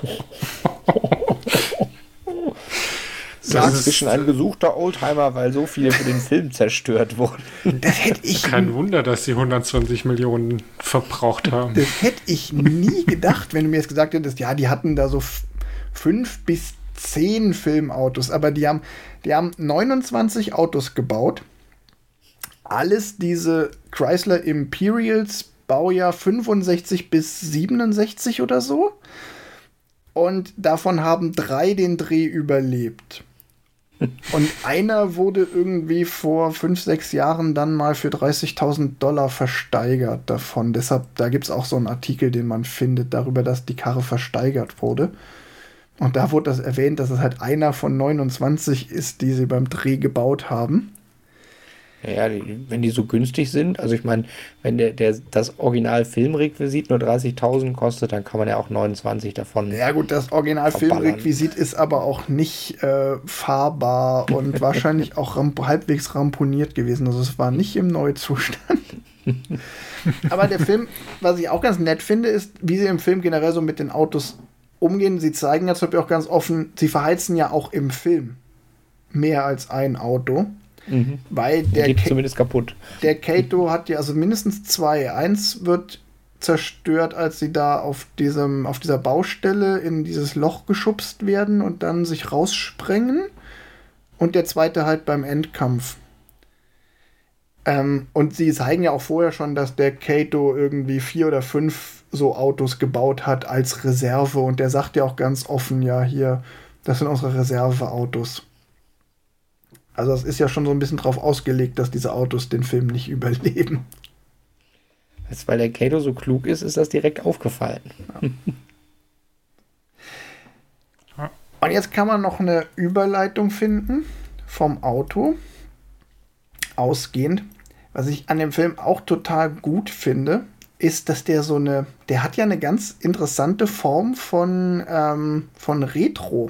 Das ist inzwischen ein gesuchter Oldtimer, weil so viele für den Film zerstört wurden. Das hätte ich Kein Wunder, dass sie hundertzwanzig Millionen verbraucht haben. Das hätte ich nie gedacht, wenn du mir jetzt gesagt hättest, ja, die hatten da so f- fünf bis zehn Filmautos, aber die haben, die haben neunundzwanzig Autos gebaut. Alles diese Chrysler Imperials, Baujahr fünfundsechzig bis siebenundsechzig oder so. Und davon haben drei den Dreh überlebt. Und einer wurde irgendwie vor fünf, sechs Jahren dann mal für dreißigtausend Dollar versteigert davon. Deshalb, da gibt es auch so einen Artikel, den man findet, darüber, dass die Karre versteigert wurde. Und da wurde das erwähnt, dass es halt einer von neunundzwanzig ist, die sie beim Dreh gebaut haben. Ja, die, wenn die so günstig sind, also ich meine, wenn der, der das Original-Filmrequisit nur dreißigtausend kostet, dann kann man ja auch neunundzwanzig davon. Ja gut, das Original-Filmrequisit ist aber auch nicht äh, fahrbar und wahrscheinlich auch ramp- halbwegs ramponiert gewesen. Also es war nicht im Neuzustand. Aber der Film, was ich auch ganz nett finde, ist, wie sie im Film generell so mit den Autos umgehen. Sie zeigen ja zum Beispiel auch ganz offen, sie verheizen ja auch im Film mehr als ein Auto. Mhm. Weil der geht Ka- zumindest kaputt. Der Kato hat ja also mindestens zwei. Eins wird zerstört, als sie da auf diesem, auf dieser Baustelle in dieses Loch geschubst werden und dann sich raussprengen. Und der zweite halt beim Endkampf. Ähm, und sie zeigen ja auch vorher schon, dass der Kato irgendwie vier oder fünf so Autos gebaut hat als Reserve. Und der sagt ja auch ganz offen, ja, hier, das sind unsere Reserveautos. Also es ist ja schon so ein bisschen drauf ausgelegt, dass diese Autos den Film nicht überleben. Jetzt, weil der Kato so klug ist, ist das direkt aufgefallen. Ja. Und jetzt kann man noch eine Überleitung finden vom Auto ausgehend. Was ich an dem Film auch total gut finde, ist, dass der so eine, der hat ja eine ganz interessante Form von, ähm, von Retro.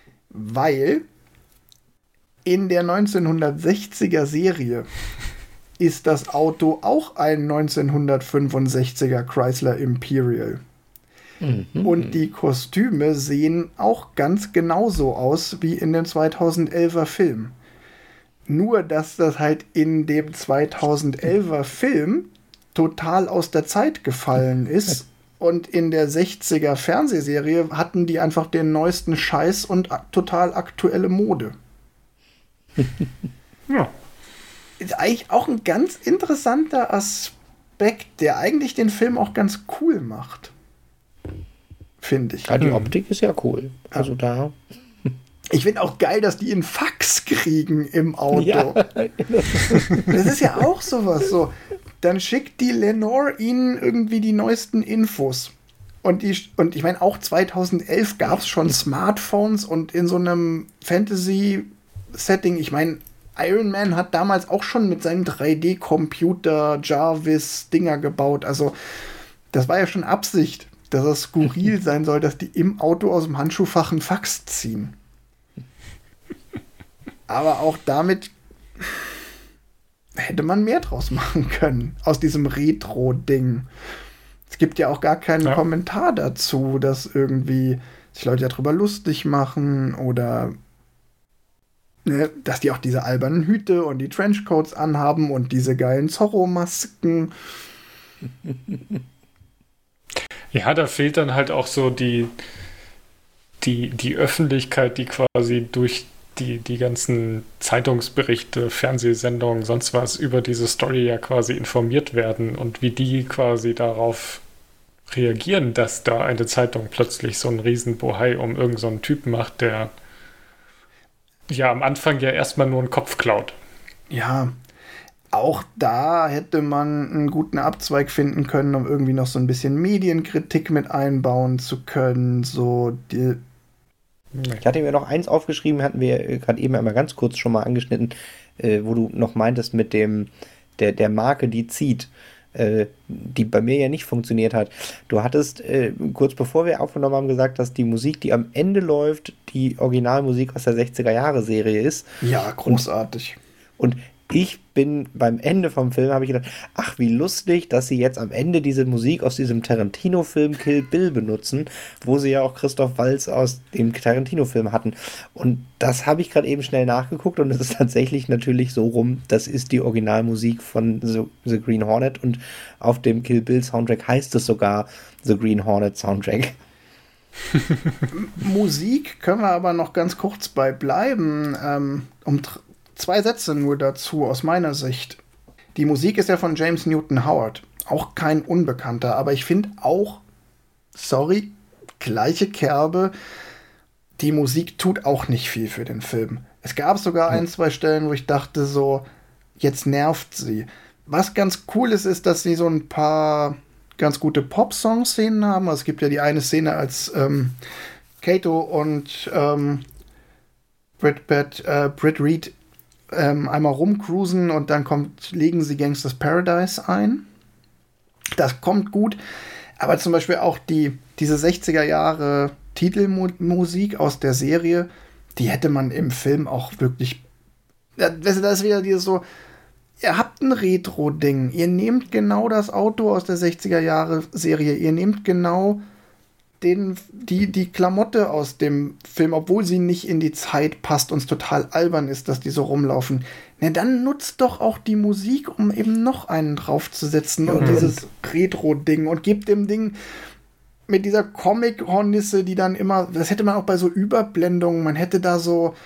Weil in der neunzehnhundertsechziger Serie ist das Auto auch ein neunzehnhundertfünfundsechziger Chrysler Imperial. Mhm. Und die Kostüme sehen auch ganz genauso aus wie in dem zweitausendelfer Film. Nur, dass das halt in dem zweitausendelfer Film total aus der Zeit gefallen ist. Und in der sechziger Fernsehserie hatten die einfach den neuesten Scheiß und ak- total aktuelle Mode. Ja. Ist eigentlich auch ein ganz interessanter Aspekt, der eigentlich den Film auch ganz cool macht. Finde ich. Ja, die Optik ist ja cool. Also ja. da... Ich finde auch geil, dass die einen Fax kriegen im Auto. Ja. Das ist ja auch sowas. So. Dann schickt die Lenore ihnen irgendwie die neuesten Infos. Und, die, und ich meine, auch zweitausendelf gab es schon Smartphones und in so einem Fantasy-Setting, ich meine, Iron Man hat damals auch schon mit seinem drei D-Computer Jarvis Dinger gebaut. Also das war ja schon Absicht, dass es skurril sein soll, dass die im Auto aus dem Handschuhfach einen Fax ziehen. Aber auch damit hätte man mehr draus machen können, aus diesem Retro-Ding. Es gibt ja auch gar keinen ja. Kommentar dazu, dass irgendwie sich Leute darüber lustig machen oder ne, dass die auch diese albernen Hüte und die Trenchcoats anhaben und diese geilen Zorro-Masken. Ja, da fehlt dann halt auch so die, die, die Öffentlichkeit, die quasi durch die, die ganzen Zeitungsberichte, Fernsehsendungen, sonst was über diese Story ja quasi informiert werden und wie die quasi darauf reagieren, dass da eine Zeitung plötzlich so einen riesen Bohai um irgendeinen so einen Typen macht, der ja am Anfang ja erstmal nur einen Kopf klaut. Ja, auch da hätte man einen guten Abzweig finden können, um irgendwie noch so ein bisschen Medienkritik mit einbauen zu können, so die Ich hatte mir noch eins aufgeschrieben, hatten wir gerade eben einmal ganz kurz schon mal angeschnitten, äh, wo du noch meintest mit dem der, der Marke, die zieht, äh, die bei mir ja nicht funktioniert hat. Du hattest äh, kurz bevor wir aufgenommen haben gesagt, dass die Musik, die am Ende läuft, die Originalmusik aus der sechziger-Jahre-Serie ist. Ja, großartig. Und, und ich bin beim Ende vom Film, habe ich gedacht, ach, wie lustig, dass sie jetzt am Ende diese Musik aus diesem Tarantino-Film Kill Bill benutzen, wo sie ja auch Christoph Waltz aus dem Tarantino-Film hatten. Und das habe ich gerade eben schnell nachgeguckt und es ist tatsächlich natürlich so rum, das ist die Originalmusik von The, The Green Hornet und auf dem Kill Bill Soundtrack heißt es sogar The Green Hornet Soundtrack. Musik können wir aber noch ganz kurz bei bleiben, ähm, um tr- Zwei Sätze nur dazu aus meiner Sicht. Die Musik ist ja von James Newton Howard. Auch kein Unbekannter. Aber ich finde auch, sorry, gleiche Kerbe, die Musik tut auch nicht viel für den Film. Es gab sogar ein, zwei Stellen, wo ich dachte so, jetzt nervt sie. Was ganz cool ist, ist, dass sie so ein paar ganz gute Pop-Song-Szenen haben. Also es gibt ja die eine Szene, als ähm, Kato und ähm, Brit, Brit, äh, Brit Reed Ähm, einmal rumcruisen und dann kommt, legen sie Gangsters Paradise ein. Das kommt gut. Aber zum Beispiel auch die, diese sechziger Jahre Titelmusik aus der Serie, die hätte man im Film auch wirklich. Das ist wieder dieses so, ihr habt ein Retro-Ding. Ihr nehmt genau das Auto aus der sechziger Jahre Serie. Ihr nehmt genau Den, die, die Klamotte aus dem Film, obwohl sie nicht in die Zeit passt und es total albern ist, dass die so rumlaufen. Na, dann nutzt doch auch die Musik, um eben noch einen draufzusetzen und mhm. dieses Retro-Ding und gebt dem Ding mit dieser Comic-Hornisse, die dann immer, das hätte man auch bei so Überblendungen, man hätte da so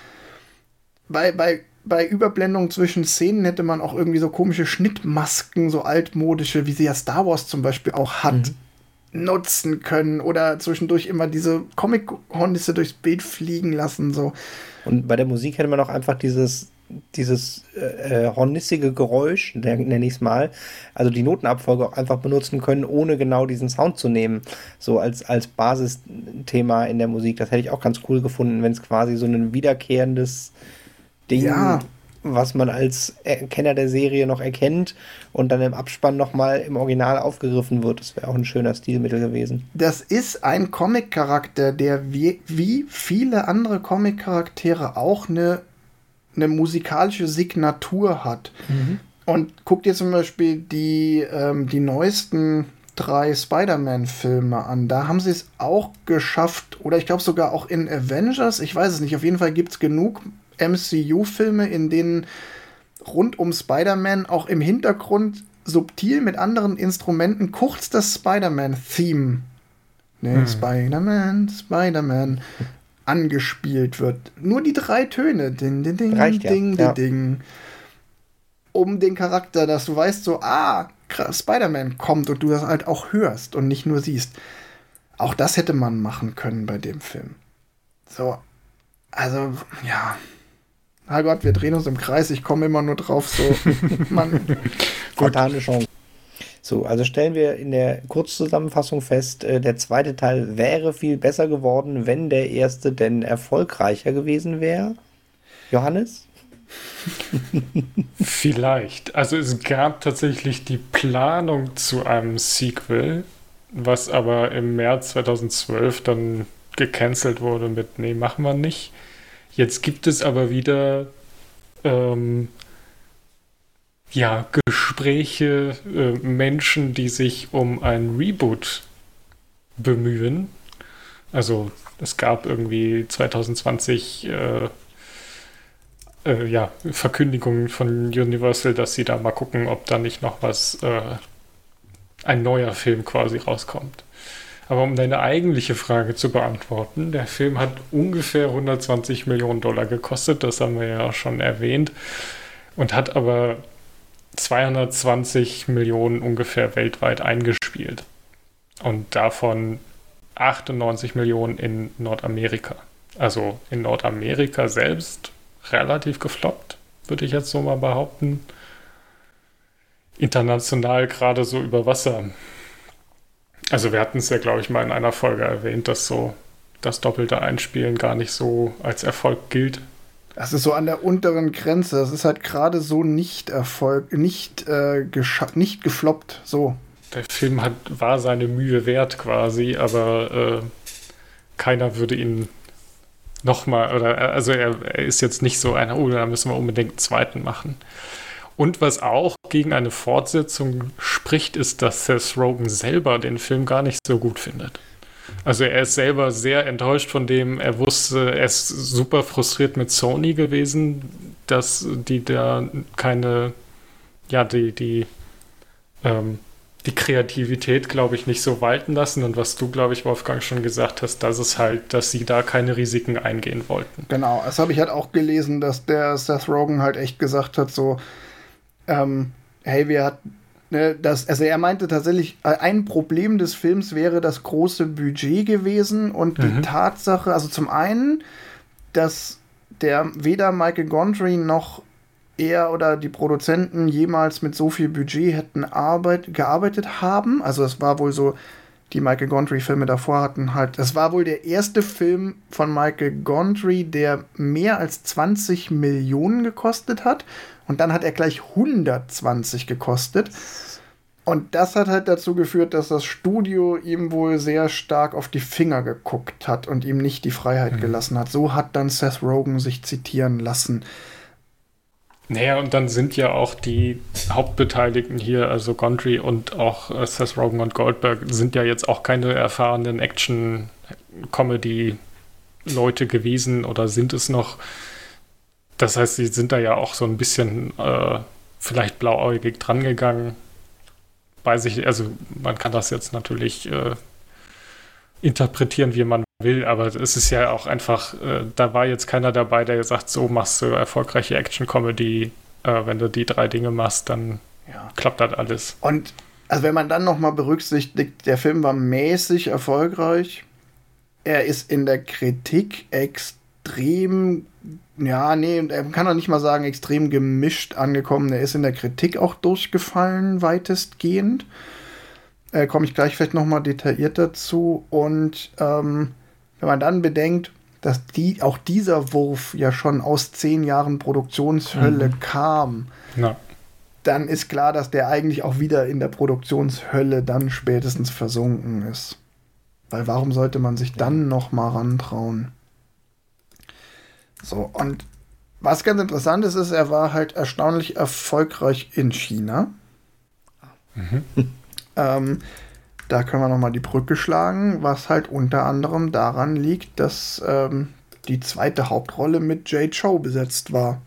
bei, bei, bei Überblendungen zwischen Szenen hätte man auch irgendwie so komische Schnittmasken, so altmodische, wie sie ja Star Wars zum Beispiel auch hat, mhm. nutzen können oder zwischendurch immer diese Comic-Hornisse durchs Bild fliegen lassen. So. Und bei der Musik hätte man auch einfach dieses, dieses äh, hornissige Geräusch, nenne ich es mal, also die Notenabfolge auch einfach benutzen können, ohne genau diesen Sound zu nehmen, so als, als Basisthema in der Musik. Das hätte ich auch ganz cool gefunden, wenn es quasi so ein wiederkehrendes Ding, ja. was man als Kenner der Serie noch erkennt und dann im Abspann nochmal im Original aufgegriffen wird. Das wäre auch ein schöner Stilmittel gewesen. Das ist ein Comic-Charakter, der wie, wie viele andere Comic-Charaktere auch eine, eine musikalische Signatur hat. Mhm. Und guck dir zum Beispiel die, ähm, die neuesten drei Spider-Man-Filme an. Da haben sie es auch geschafft, oder ich glaube sogar auch in Avengers, ich weiß es nicht, auf jeden Fall gibt es genug M C U-Filme, in denen rund um Spider-Man auch im Hintergrund subtil mit anderen Instrumenten kurz das Spider-Man-Theme, ne, hm. Spider-Man, Spider-Man, angespielt wird. Nur die drei Töne, ding, ding, ding, Reicht ja. ding, ja. ding, um den Charakter, dass du weißt, so, ah, Spider-Man kommt und du das halt auch hörst und nicht nur siehst. Auch das hätte man machen können bei dem Film. So, also, ja. Herrgott, wir drehen uns im Kreis, ich komme immer nur drauf, so, Mann. Fatale Chance. So, also stellen wir in der Kurzzusammenfassung fest, äh, der zweite Teil wäre viel besser geworden, wenn der erste denn erfolgreicher gewesen wäre. Johannes? Vielleicht. Also es gab tatsächlich die Planung zu einem Sequel, was aber im März zweitausendzwölf dann gecancelt wurde mit, nee, machen wir nicht. Jetzt gibt es aber wieder ähm, ja, Gespräche, äh, Menschen, die sich um ein Reboot bemühen. Also es gab irgendwie zweitausendzwanzig äh, äh, ja, Verkündigungen von Universal, dass sie da mal gucken, ob da nicht noch was, äh, ein neuer Film quasi rauskommt. Aber um deine eigentliche Frage zu beantworten, der Film hat ungefähr hundertzwanzig Millionen Dollar gekostet, das haben wir ja schon erwähnt, und hat aber zweihundertzwanzig Millionen ungefähr weltweit eingespielt. Und davon achtundneunzig Millionen in Nordamerika. Also in Nordamerika selbst relativ gefloppt, würde ich jetzt so mal behaupten. International gerade so über Wasser. Also wir hatten es ja, glaube ich, mal in einer Folge erwähnt, dass so das doppelte Einspielen gar nicht so als Erfolg gilt. Das ist so an der unteren Grenze. Das ist halt gerade so nicht Erfolg, nicht, äh, gescha- nicht gefloppt. So. Der Film hat, war seine Mühe wert quasi, aber äh, keiner würde ihn nochmal, oder also er, er ist jetzt nicht so einer, oh, da müssen wir unbedingt einen zweiten machen. Und was auch gegen eine Fortsetzung spricht, ist, dass Seth Rogen selber den Film gar nicht so gut findet. Also er ist selber sehr enttäuscht von dem, er wusste, er ist super frustriert mit Sony gewesen, dass die da keine, ja, die, die, ähm, die Kreativität, glaube ich, nicht so walten lassen. Und was du, glaube ich, Wolfgang, schon gesagt hast, dass es halt, dass sie da keine Risiken eingehen wollten. Genau, das habe ich halt auch gelesen, dass der Seth Rogen halt echt gesagt hat, so, ähm, hey, wir hatten, ne, das, also er meinte tatsächlich, ein Problem des Films wäre das große Budget gewesen und mhm. die Tatsache, also zum einen, dass der weder Michael Gondry noch er oder die Produzenten jemals mit so viel Budget hätten arbeit, gearbeitet haben. Also es war wohl so, die Michael Gondry-Filme davor hatten halt, es war wohl der erste Film von Michael Gondry, der mehr als zwanzig Millionen gekostet hat. Und dann hat er gleich hundertzwanzig gekostet. Und das hat halt dazu geführt, dass das Studio ihm wohl sehr stark auf die Finger geguckt hat und ihm nicht die Freiheit mhm. gelassen hat. So hat dann Seth Rogen sich zitieren lassen. Naja, und dann sind ja auch die Hauptbeteiligten hier, also Gondry und auch äh, Seth Rogen und Goldberg, sind ja jetzt auch keine erfahrenen Action-Comedy-Leute gewesen oder sind es noch. Das heißt, sie sind da ja auch so ein bisschen äh, vielleicht blauäugig drangegangen. Bei sich, also man kann das jetzt natürlich äh, interpretieren, wie man will, aber es ist ja auch einfach, äh, da war jetzt keiner dabei, der sagt, so machst du erfolgreiche Action-Comedy, äh, wenn du die drei Dinge machst, dann ja. klappt das alles. Und also wenn man dann nochmal berücksichtigt, der Film war mäßig erfolgreich, er ist in der Kritik extrem, ja, nee, man kann doch nicht mal sagen, extrem gemischt angekommen, er ist in der Kritik auch durchgefallen, weitestgehend. Äh, komme ich gleich vielleicht nochmal detailliert dazu. Und ähm, wenn man dann bedenkt, dass die, auch dieser Wurf ja schon aus zehn Jahren Produktionshölle mhm. kam, ja. dann ist klar, dass der eigentlich auch wieder in der Produktionshölle dann spätestens versunken ist. Weil warum sollte man sich dann noch mal rantrauen? So, und Was ganz interessant ist, ist, er war halt erstaunlich erfolgreich in China. Mhm. ähm, da können wir nochmal die Brücke schlagen, was halt unter anderem daran liegt, dass ähm, die zweite Hauptrolle mit Jay Chou besetzt war.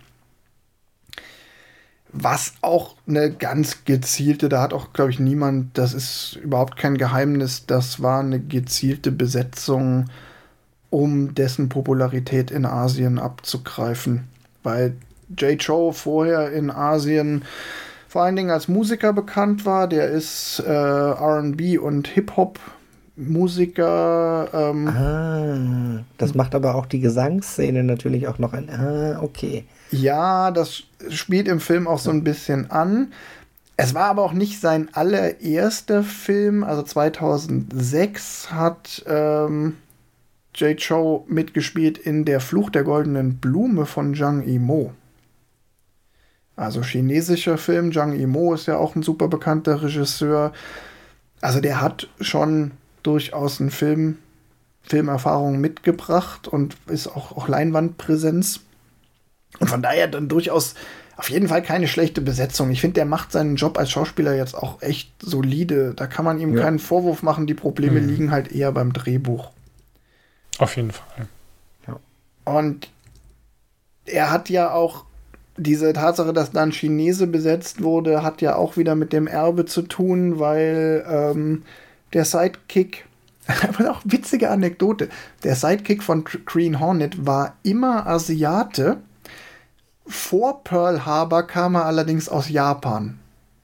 Was auch eine ganz gezielte, da hat auch, glaube ich, niemand, das ist überhaupt kein Geheimnis, das war eine gezielte Besetzung, um dessen Popularität in Asien abzugreifen. Weil Jay Chou vorher in Asien vor allen Dingen als Musiker bekannt war. Der ist äh, R and B und Hip-Hop-Musiker. Ähm, ah, das macht aber auch die Gesangsszene natürlich auch noch ein. Ah, okay. Ja, das spielt im Film auch so ein bisschen an. Es war aber auch nicht sein allererster Film. Also zweitausendsechs hat ähm, Jay Chou mitgespielt in Der Fluch der goldenen Blume von Zhang Yimou. Also chinesischer Film. Zhang Yimou ist ja auch ein super bekannter Regisseur. Also der hat schon durchaus einen Film, Filmerfahrung mitgebracht und ist auch, auch Leinwandpräsenz. Und von daher dann durchaus auf jeden Fall keine schlechte Besetzung. Ich finde, der macht seinen Job als Schauspieler jetzt auch echt solide. Da kann man ihm ja keinen Vorwurf machen. Die Probleme mhm. liegen halt eher beim Drehbuch. Auf jeden Fall. Ja. Und er hat ja auch diese Tatsache, dass dann Chinese besetzt wurde, hat ja auch wieder mit dem Erbe zu tun, weil ähm, der Sidekick, auch witzige Anekdote, der Sidekick von Green Hornet war immer Asiate. Vor Pearl Harbor kam er allerdings aus Japan.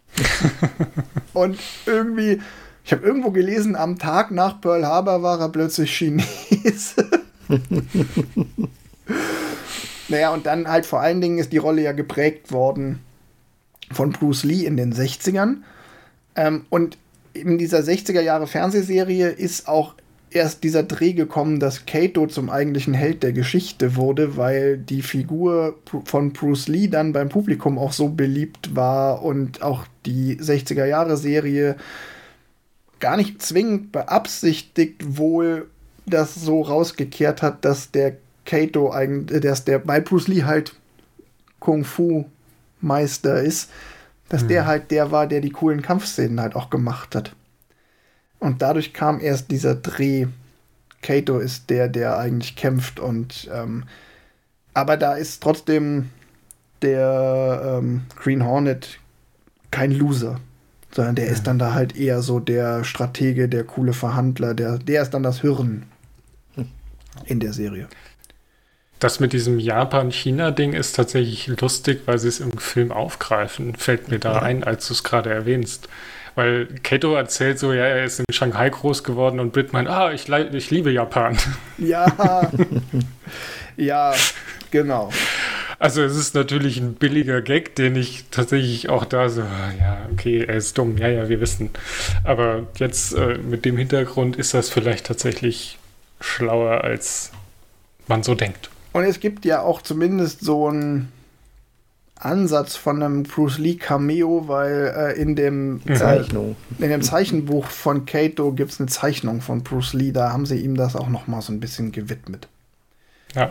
Und irgendwie, ich habe irgendwo gelesen, am Tag nach Pearl Harbor war er plötzlich Chinese. Naja, und dann halt vor allen Dingen ist die Rolle ja geprägt worden von Bruce Lee in den sechzigern. Ähm, und in dieser sechziger Jahre Fernsehserie ist auch erst dieser Dreh gekommen, dass Kato zum eigentlichen Held der Geschichte wurde, weil die Figur von Bruce Lee dann beim Publikum auch so beliebt war und auch die sechziger Jahre Serie gar nicht zwingend beabsichtigt wohl das so rausgekehrt hat, dass der Kato eigentlich, dass der bei Bruce Lee halt Kung-Fu-Meister ist, dass mhm. der halt der war, der die coolen Kampfszenen halt auch gemacht hat. Und dadurch kam erst dieser Dreh. Kato ist der, der eigentlich kämpft und ähm, aber da ist trotzdem der ähm, Green Hornet kein Loser, sondern der mhm. ist dann da halt eher so der Stratege, der coole Verhandler, der, der ist dann das Hirn in der Serie. Das mit diesem Japan-China-Ding ist tatsächlich lustig, weil sie es im Film aufgreifen. Fällt mir da ja. ein, als du es gerade erwähnst. Weil Kato erzählt so, ja, er ist in Shanghai groß geworden und Britt meint, ah, ich, ich liebe Japan. Ja, ja, genau. Also es ist natürlich ein billiger Gag, den ich tatsächlich auch da so, ja, okay, er ist dumm, ja, ja, wir wissen. Aber jetzt äh, mit dem Hintergrund ist das vielleicht tatsächlich schlauer, als man so denkt. Und es gibt ja auch zumindest so einen Ansatz von einem Bruce Lee Cameo, weil äh, in dem Zeichnung. Äh, in dem Zeichenbuch von Kato gibt es eine Zeichnung von Bruce Lee, da haben sie ihm das auch noch mal so ein bisschen gewidmet. Ja.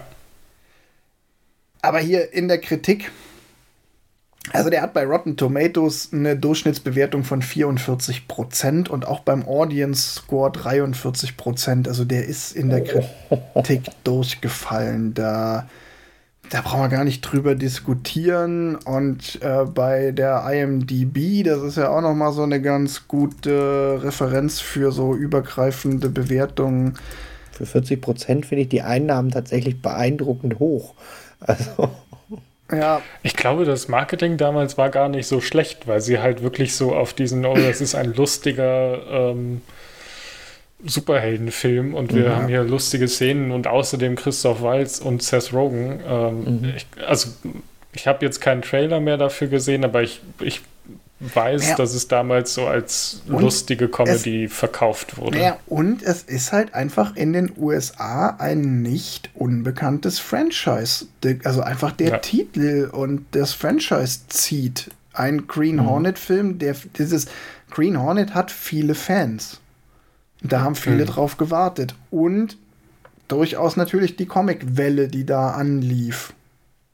Aber hier in der Kritik, also der hat bei Rotten Tomatoes eine Durchschnittsbewertung von vierundvierzig Prozent und auch beim Audience Score dreiundvierzig Prozent. Also der ist in der Kritik durchgefallen. Da, da brauchen wir gar nicht drüber diskutieren. Und äh, bei der I M D B, das ist ja auch noch mal so eine ganz gute Referenz für so übergreifende Bewertungen. Für vierzig Prozent finde ich die Einnahmen tatsächlich beeindruckend hoch. Also ja. Ich glaube, das Marketing damals war gar nicht so schlecht, weil sie halt wirklich so auf diesen, oh, das ist ein lustiger ähm, Superheldenfilm und wir ja. haben hier lustige Szenen und außerdem Christoph Waltz und Seth Rogen. Ähm, mhm. ich, also ich habe jetzt keinen Trailer mehr dafür gesehen, aber ich, ich weiß, ja. dass es damals so als und lustige Comedy es, verkauft wurde. Ja, und es ist halt einfach in den U S A ein nicht unbekanntes Franchise. Also einfach der ja. Titel und das Franchise zieht. Ein Green mhm. Hornet-Film, der dieses Green Hornet hat viele Fans. Da haben viele mhm. drauf gewartet. Und durchaus natürlich die Comic-Welle, die da anlief.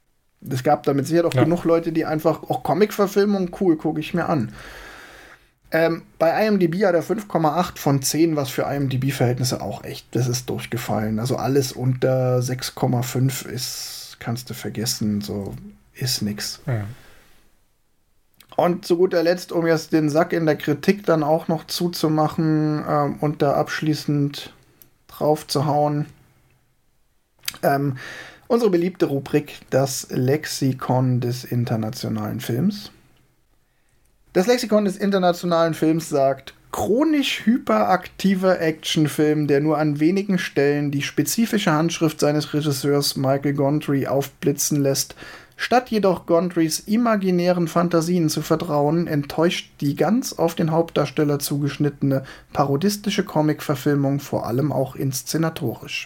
es gab damit sicher auch ja. genug Leute, die einfach, auch Comic-Verfilmung, cool, gucke ich mir an. Ähm, bei IMDb hat er fünf Komma acht von zehn, was für IMDb-Verhältnisse auch echt, das ist durchgefallen. Also alles unter sechs Komma fünf ist, kannst du vergessen, so ist nix. Ja. Und zu guter Letzt, um jetzt den Sack in der Kritik dann auch noch zuzumachen ähm, und da abschließend drauf zu hauen, ähm, unsere beliebte Rubrik, das Lexikon des internationalen Films. Das Lexikon des internationalen Films sagt, chronisch hyperaktiver Actionfilm, der nur an wenigen Stellen die spezifische Handschrift seines Regisseurs Michael Gondry aufblitzen lässt. Statt jedoch Gondrys imaginären Fantasien zu vertrauen, enttäuscht die ganz auf den Hauptdarsteller zugeschnittene parodistische Comic-Verfilmung vor allem auch inszenatorisch.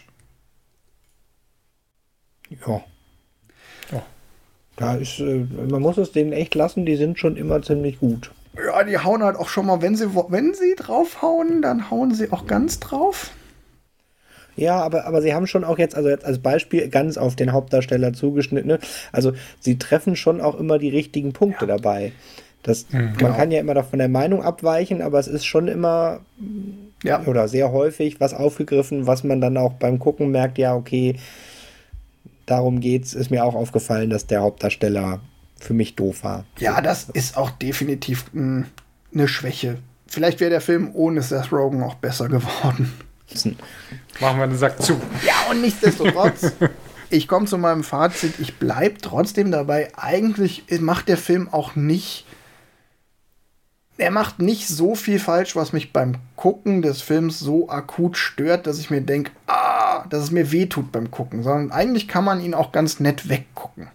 Ja. ja. Da ist, äh, man muss es denen echt lassen, die sind schon immer ziemlich gut. Ja, die hauen halt auch schon mal, wenn sie, wenn sie draufhauen, dann hauen sie auch ganz drauf. Ja, aber, aber sie haben schon auch jetzt, also jetzt als Beispiel, ganz auf den Hauptdarsteller zugeschnitten. Ne? Also sie treffen schon auch immer die richtigen Punkte ja. dabei. Das, mhm, man genau. kann ja immer doch von der Meinung abweichen, aber es ist schon immer ja. oder sehr häufig was aufgegriffen, was man dann auch beim Gucken merkt, ja, okay, darum geht's, ist mir auch aufgefallen, dass der Hauptdarsteller für mich doof war. Ja, das ist auch definitiv m, eine Schwäche. Vielleicht wäre der Film ohne Seth Rogen auch besser geworden. Machen wir den Sack zu. Ja, und nichtsdestotrotz, ich komme zu meinem Fazit, ich bleibe trotzdem dabei, eigentlich macht der Film auch nicht, er macht nicht so viel falsch, was mich beim Gucken des Films so akut stört, dass ich mir denke, ah, dass es mir wehtut beim Gucken, sondern eigentlich kann man ihn auch ganz nett weggucken.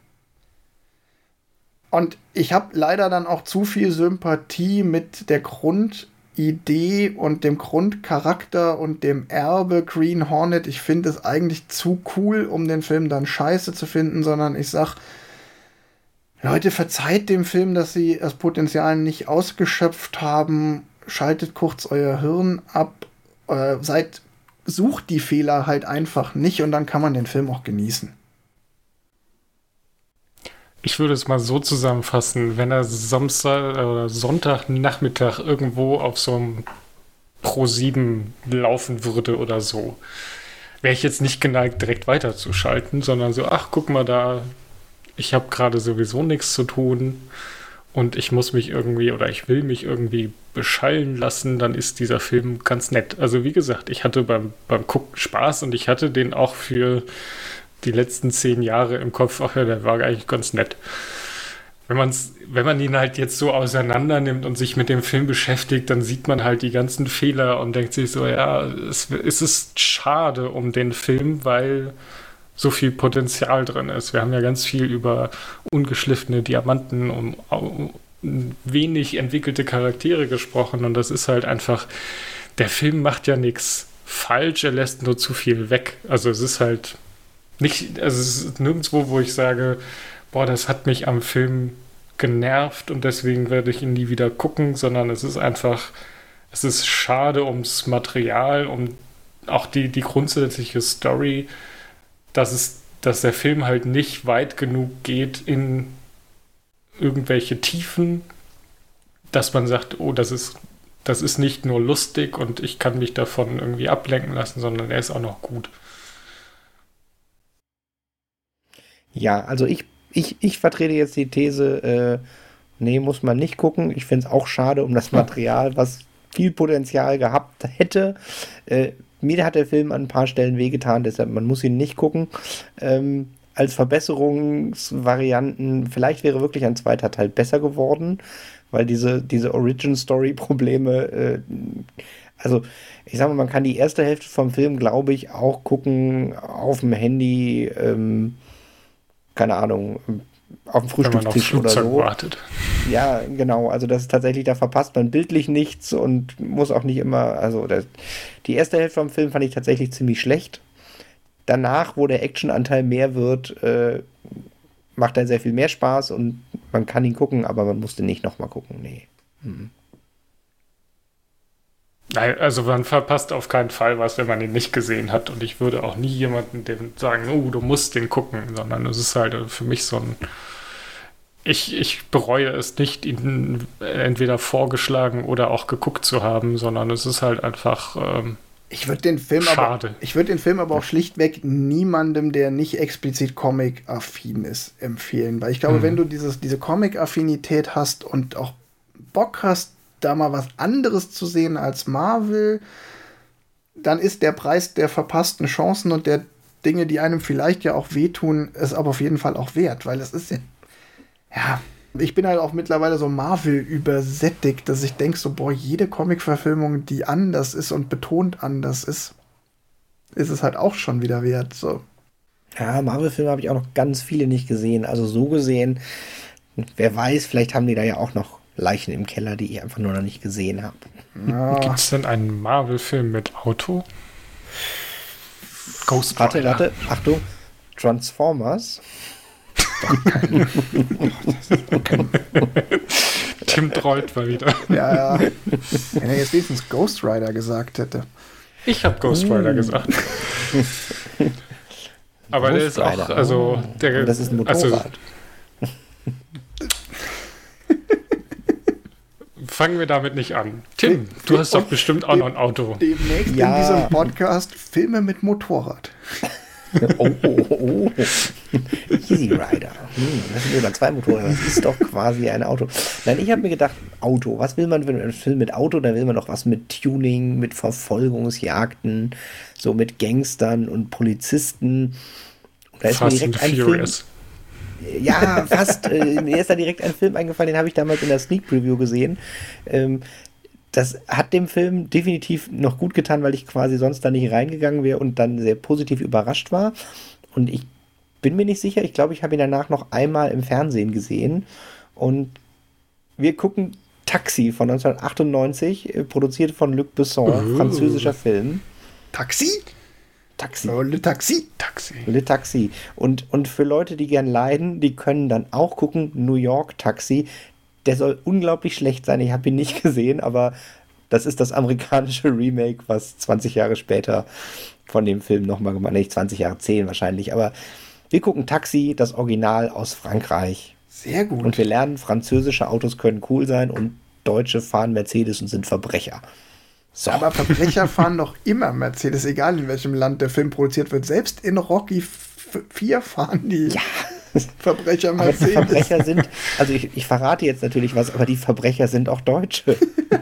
Und ich habe leider dann auch zu viel Sympathie mit der Grundidee und dem Grundcharakter und dem Erbe Green Hornet. Ich finde es eigentlich zu cool, um den Film dann scheiße zu finden, sondern ich sag, Leute, verzeiht dem Film, dass sie das Potenzial nicht ausgeschöpft haben, schaltet kurz euer Hirn ab, äh, seid, sucht die Fehler halt einfach nicht und dann kann man den Film auch genießen. Ich würde es mal so zusammenfassen, wenn er Samstag oder Sonntagnachmittag irgendwo auf so einem Pro sieben laufen würde oder so, wäre ich jetzt nicht geneigt, direkt weiterzuschalten, sondern so, ach, guck mal da, ich habe gerade sowieso nichts zu tun und ich muss mich irgendwie oder ich will mich irgendwie beschallen lassen, dann ist dieser Film ganz nett. Also wie gesagt, ich hatte beim, beim Gucken Spaß und ich hatte den auch für die letzten zehn Jahre im Kopf, ach ja, der war eigentlich ganz nett. Wenn man's, wenn man ihn halt jetzt so auseinander nimmt und sich mit dem Film beschäftigt, dann sieht man halt die ganzen Fehler und denkt sich so, ja, es, es ist schade um den Film, weil so viel Potenzial drin ist. Wir haben ja ganz viel über ungeschliffene Diamanten und wenig entwickelte Charaktere gesprochen und das ist halt einfach, der Film macht ja nichts falsch, er lässt nur zu viel weg. Also es ist halt nicht, also es ist nirgendwo, wo ich sage, boah, das hat mich am Film genervt und deswegen werde ich ihn nie wieder gucken, sondern es ist einfach, es ist schade ums Material, um auch die, die grundsätzliche Story, dass es, dass der Film halt nicht weit genug geht in irgendwelche Tiefen, dass man sagt, oh, das ist, das ist nicht nur lustig und ich kann mich davon irgendwie ablenken lassen, sondern er ist auch noch gut. Ja, also ich, ich, ich vertrete jetzt die These, äh, nee, muss man nicht gucken. Ich finde es auch schade um das Material, was viel Potenzial gehabt hätte. Äh, mir hat der Film an ein paar Stellen wehgetan, deshalb man muss ihn nicht gucken. Ähm, als Verbesserungsvarianten, vielleicht wäre wirklich ein zweiter Teil besser geworden, weil diese, diese Origin-Story-Probleme, äh, also ich sag mal, man kann die erste Hälfte vom Film, glaube ich, auch gucken auf dem Handy, ähm, keine Ahnung, auf dem Frühstückstisch oder so. Wartet. Ja, genau, also das ist tatsächlich, da verpasst man bildlich nichts und muss auch nicht immer, also das, die erste Hälfte vom Film fand ich tatsächlich ziemlich schlecht. Danach, wo der Actionanteil mehr wird, äh, macht er sehr viel mehr Spaß und man kann ihn gucken, aber man musste nicht nochmal gucken, nee. Mhm. Nein, also man verpasst auf keinen Fall was, wenn man ihn nicht gesehen hat. Und ich würde auch nie jemandem dem sagen, oh, du musst den gucken, sondern es ist halt für mich so ein... Ich, ich bereue es nicht, ihn entweder vorgeschlagen oder auch geguckt zu haben, sondern es ist halt einfach ähm, ich würde den Film schade. Aber, ich würde den Film aber auch schlichtweg niemandem, der nicht explizit Comic-affin ist, empfehlen. Weil ich glaube, mhm. wenn du dieses, diese Comic-Affinität hast und auch Bock hast, da mal was anderes zu sehen als Marvel, dann ist der Preis der verpassten Chancen und der Dinge, die einem vielleicht ja auch wehtun, es aber auf jeden Fall auch wert, weil es ist ja Ja, ich bin halt auch mittlerweile so Marvel übersättigt, dass ich denke so, boah, jede Comic-Verfilmung, die anders ist und betont anders ist, ist es halt auch schon wieder wert. So. Ja, Marvel-Filme habe ich auch noch ganz viele nicht gesehen. Also so gesehen, wer weiß, vielleicht haben die da ja auch noch Leichen im Keller, die ich einfach nur noch nicht gesehen habe. Ja. Gibt es denn einen Marvel-Film mit Auto? Ghost Warte, Rider. warte, Achtung, Transformers. Tim trollt mal wieder. Ja, ja. Wenn er jetzt wenigstens Ghost Rider gesagt hätte. Ich habe Ghost Rider gesagt. Aber Ghost der ist auch, Rider. also Oh, der, das ist ein Motorrad. Also, fangen wir damit nicht an. Tim, du hast doch bestimmt auch noch ein Auto. Demnächst Ja. in diesem Podcast Filme mit Motorrad. Oh, oh, oh. Easy Rider. Hm, das sind über zwei Motoren. Das ist doch quasi ein Auto. Nein, ich habe mir gedacht, Auto. Was will man für einen Film mit Auto? Da will man doch was mit Tuning, mit Verfolgungsjagden, so mit Gangstern und Polizisten. Und da ist Fast mir direkt and ein Furious. Film. Ja, fast. Äh, mir ist da direkt ein Film eingefallen, den habe ich damals in der Sneak Preview gesehen. Ähm, Das hat dem Film definitiv noch gut getan, weil ich quasi sonst da nicht reingegangen wäre und dann sehr positiv überrascht war. Und ich bin mir nicht sicher, ich glaube, ich habe ihn danach noch einmal im Fernsehen gesehen. Und wir gucken Taxi von neunzehnhundertachtundneunzig, äh, produziert von Luc Besson, Uh. französischer Film. Taxi? Taxi. Oh, Le Taxi. Taxi. Le Taxi. Und, und für Leute, die gern leiden, die können dann auch gucken, New York Taxi. Der soll unglaublich schlecht sein. Ich habe ihn nicht gesehen, aber das ist das amerikanische Remake, was zwanzig Jahre später von dem Film nochmal gemacht, nicht zwanzig Jahre, zehn wahrscheinlich, aber wir gucken Taxi, das Original aus Frankreich. Sehr gut. Und wir lernen, französische Autos können cool sein und Deutsche fahren Mercedes und sind Verbrecher. So. Aber Verbrecher fahren doch immer Mercedes, egal in welchem Land der Film produziert wird. Selbst in Rocky vier fahren die Ja. Verbrecher Aber die Mercedes. Verbrecher sind, also ich, ich verrate jetzt natürlich was, aber die Verbrecher sind auch Deutsche.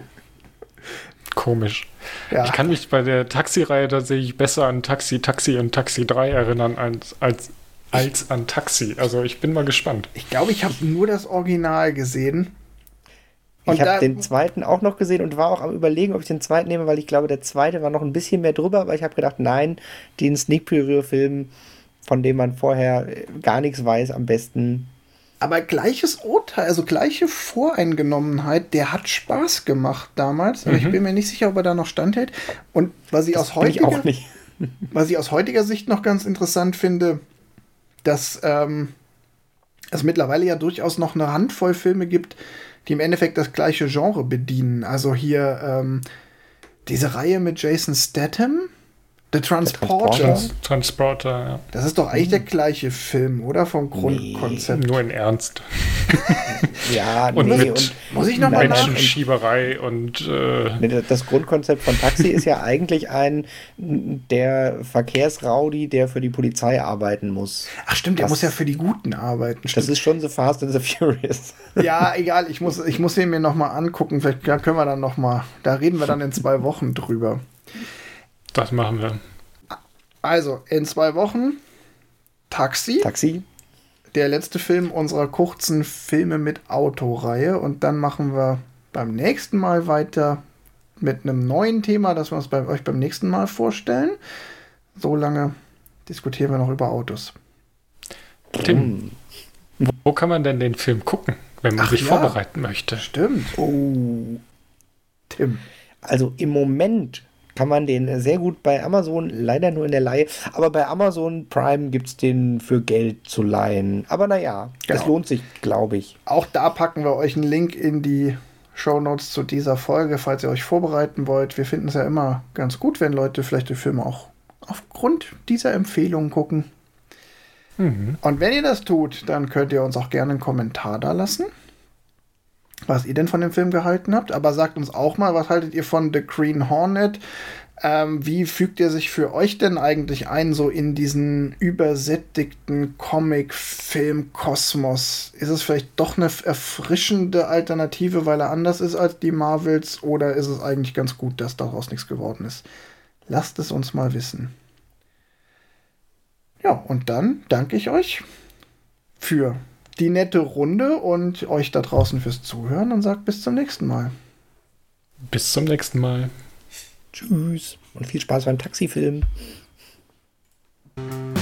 Komisch. Ja. Ich kann mich bei der Taxi-Reihe tatsächlich besser an Taxi, Taxi und Taxi drei erinnern als, als, als an Taxi. Also ich bin mal gespannt. Ich glaube, ich habe nur das Original gesehen. Und Ich habe da- den zweiten auch noch gesehen und war auch am Überlegen, ob ich den zweiten nehme, weil ich glaube, der zweite war noch ein bisschen mehr drüber, aber ich habe gedacht, nein, den Sneak Preview-Film, von dem man vorher äh, gar nichts weiß, am besten. Aber gleiches Urteil, also gleiche Voreingenommenheit, der hat Spaß gemacht damals. Aber ich bin mir nicht sicher, ob er da noch standhält. Und was ich, aus bin ich heutiger, auch nicht. was ich aus heutiger Sicht noch ganz interessant finde, dass ähm, es mittlerweile ja durchaus noch eine Handvoll Filme gibt, die im Endeffekt das gleiche Genre bedienen. Also hier ähm, diese Reihe mit Jason Statham, The Transporter. Transporter. Transporter, ja. Das ist doch eigentlich der gleiche Film, oder? Vom Grundkonzept. Nur in Ernst. Ja, Und nee, mit und Muss ich noch mal Nein, nein, nach? Menschenschieberei und äh, Nee, das Grundkonzept von Taxi ist ja eigentlich ein der Verkehrsraudi, der für die Polizei arbeiten muss. Ach stimmt, der Das- muss ja für die Guten arbeiten. Das Stimmt. ist schon so Fast and the Furious. Ja, egal, ich muss, ich muss den mir noch mal angucken. Vielleicht ja, können wir dann noch mal, da reden wir dann in zwei Wochen drüber. das machen wir. Also, in zwei Wochen Taxi, Taxi? der letzte Film unserer kurzen Filme mit Autoreihe. Und dann machen wir beim nächsten Mal weiter mit einem neuen Thema, das wir uns bei euch beim nächsten Mal vorstellen. So lange diskutieren wir noch über Autos. Tim, wo kann man denn den Film gucken, wenn man Ach sich ja. vorbereiten möchte? Stimmt. Oh. Tim. Also im Moment kann man den sehr gut bei Amazon, leider nur in der Leihe, aber bei Amazon Prime gibt es den für Geld zu leihen. Aber naja, das Genau. lohnt sich, glaube ich. Auch da packen wir euch einen Link in die Shownotes zu dieser Folge, falls ihr euch vorbereiten wollt. Wir finden es ja immer ganz gut, wenn Leute vielleicht die Filme auch aufgrund dieser Empfehlungen gucken. Mhm. Und wenn ihr das tut, dann könnt ihr uns auch gerne einen Kommentar da lassen, was ihr denn von dem Film gehalten habt. Aber sagt uns auch mal, was haltet ihr von The Green Hornet? Ähm, wie fügt er sich für euch denn eigentlich ein, so in diesen übersättigten Comic-Film-Kosmos? Ist es vielleicht doch eine erfrischende Alternative, weil er anders ist als die Marvels? Oder ist es eigentlich ganz gut, dass daraus nichts geworden ist? Lasst es uns mal wissen. Ja, und dann danke ich euch für die nette Runde und euch da draußen fürs Zuhören und sagt bis zum nächsten Mal. Bis zum nächsten Mal. Tschüss und viel Spaß beim Taxifilm.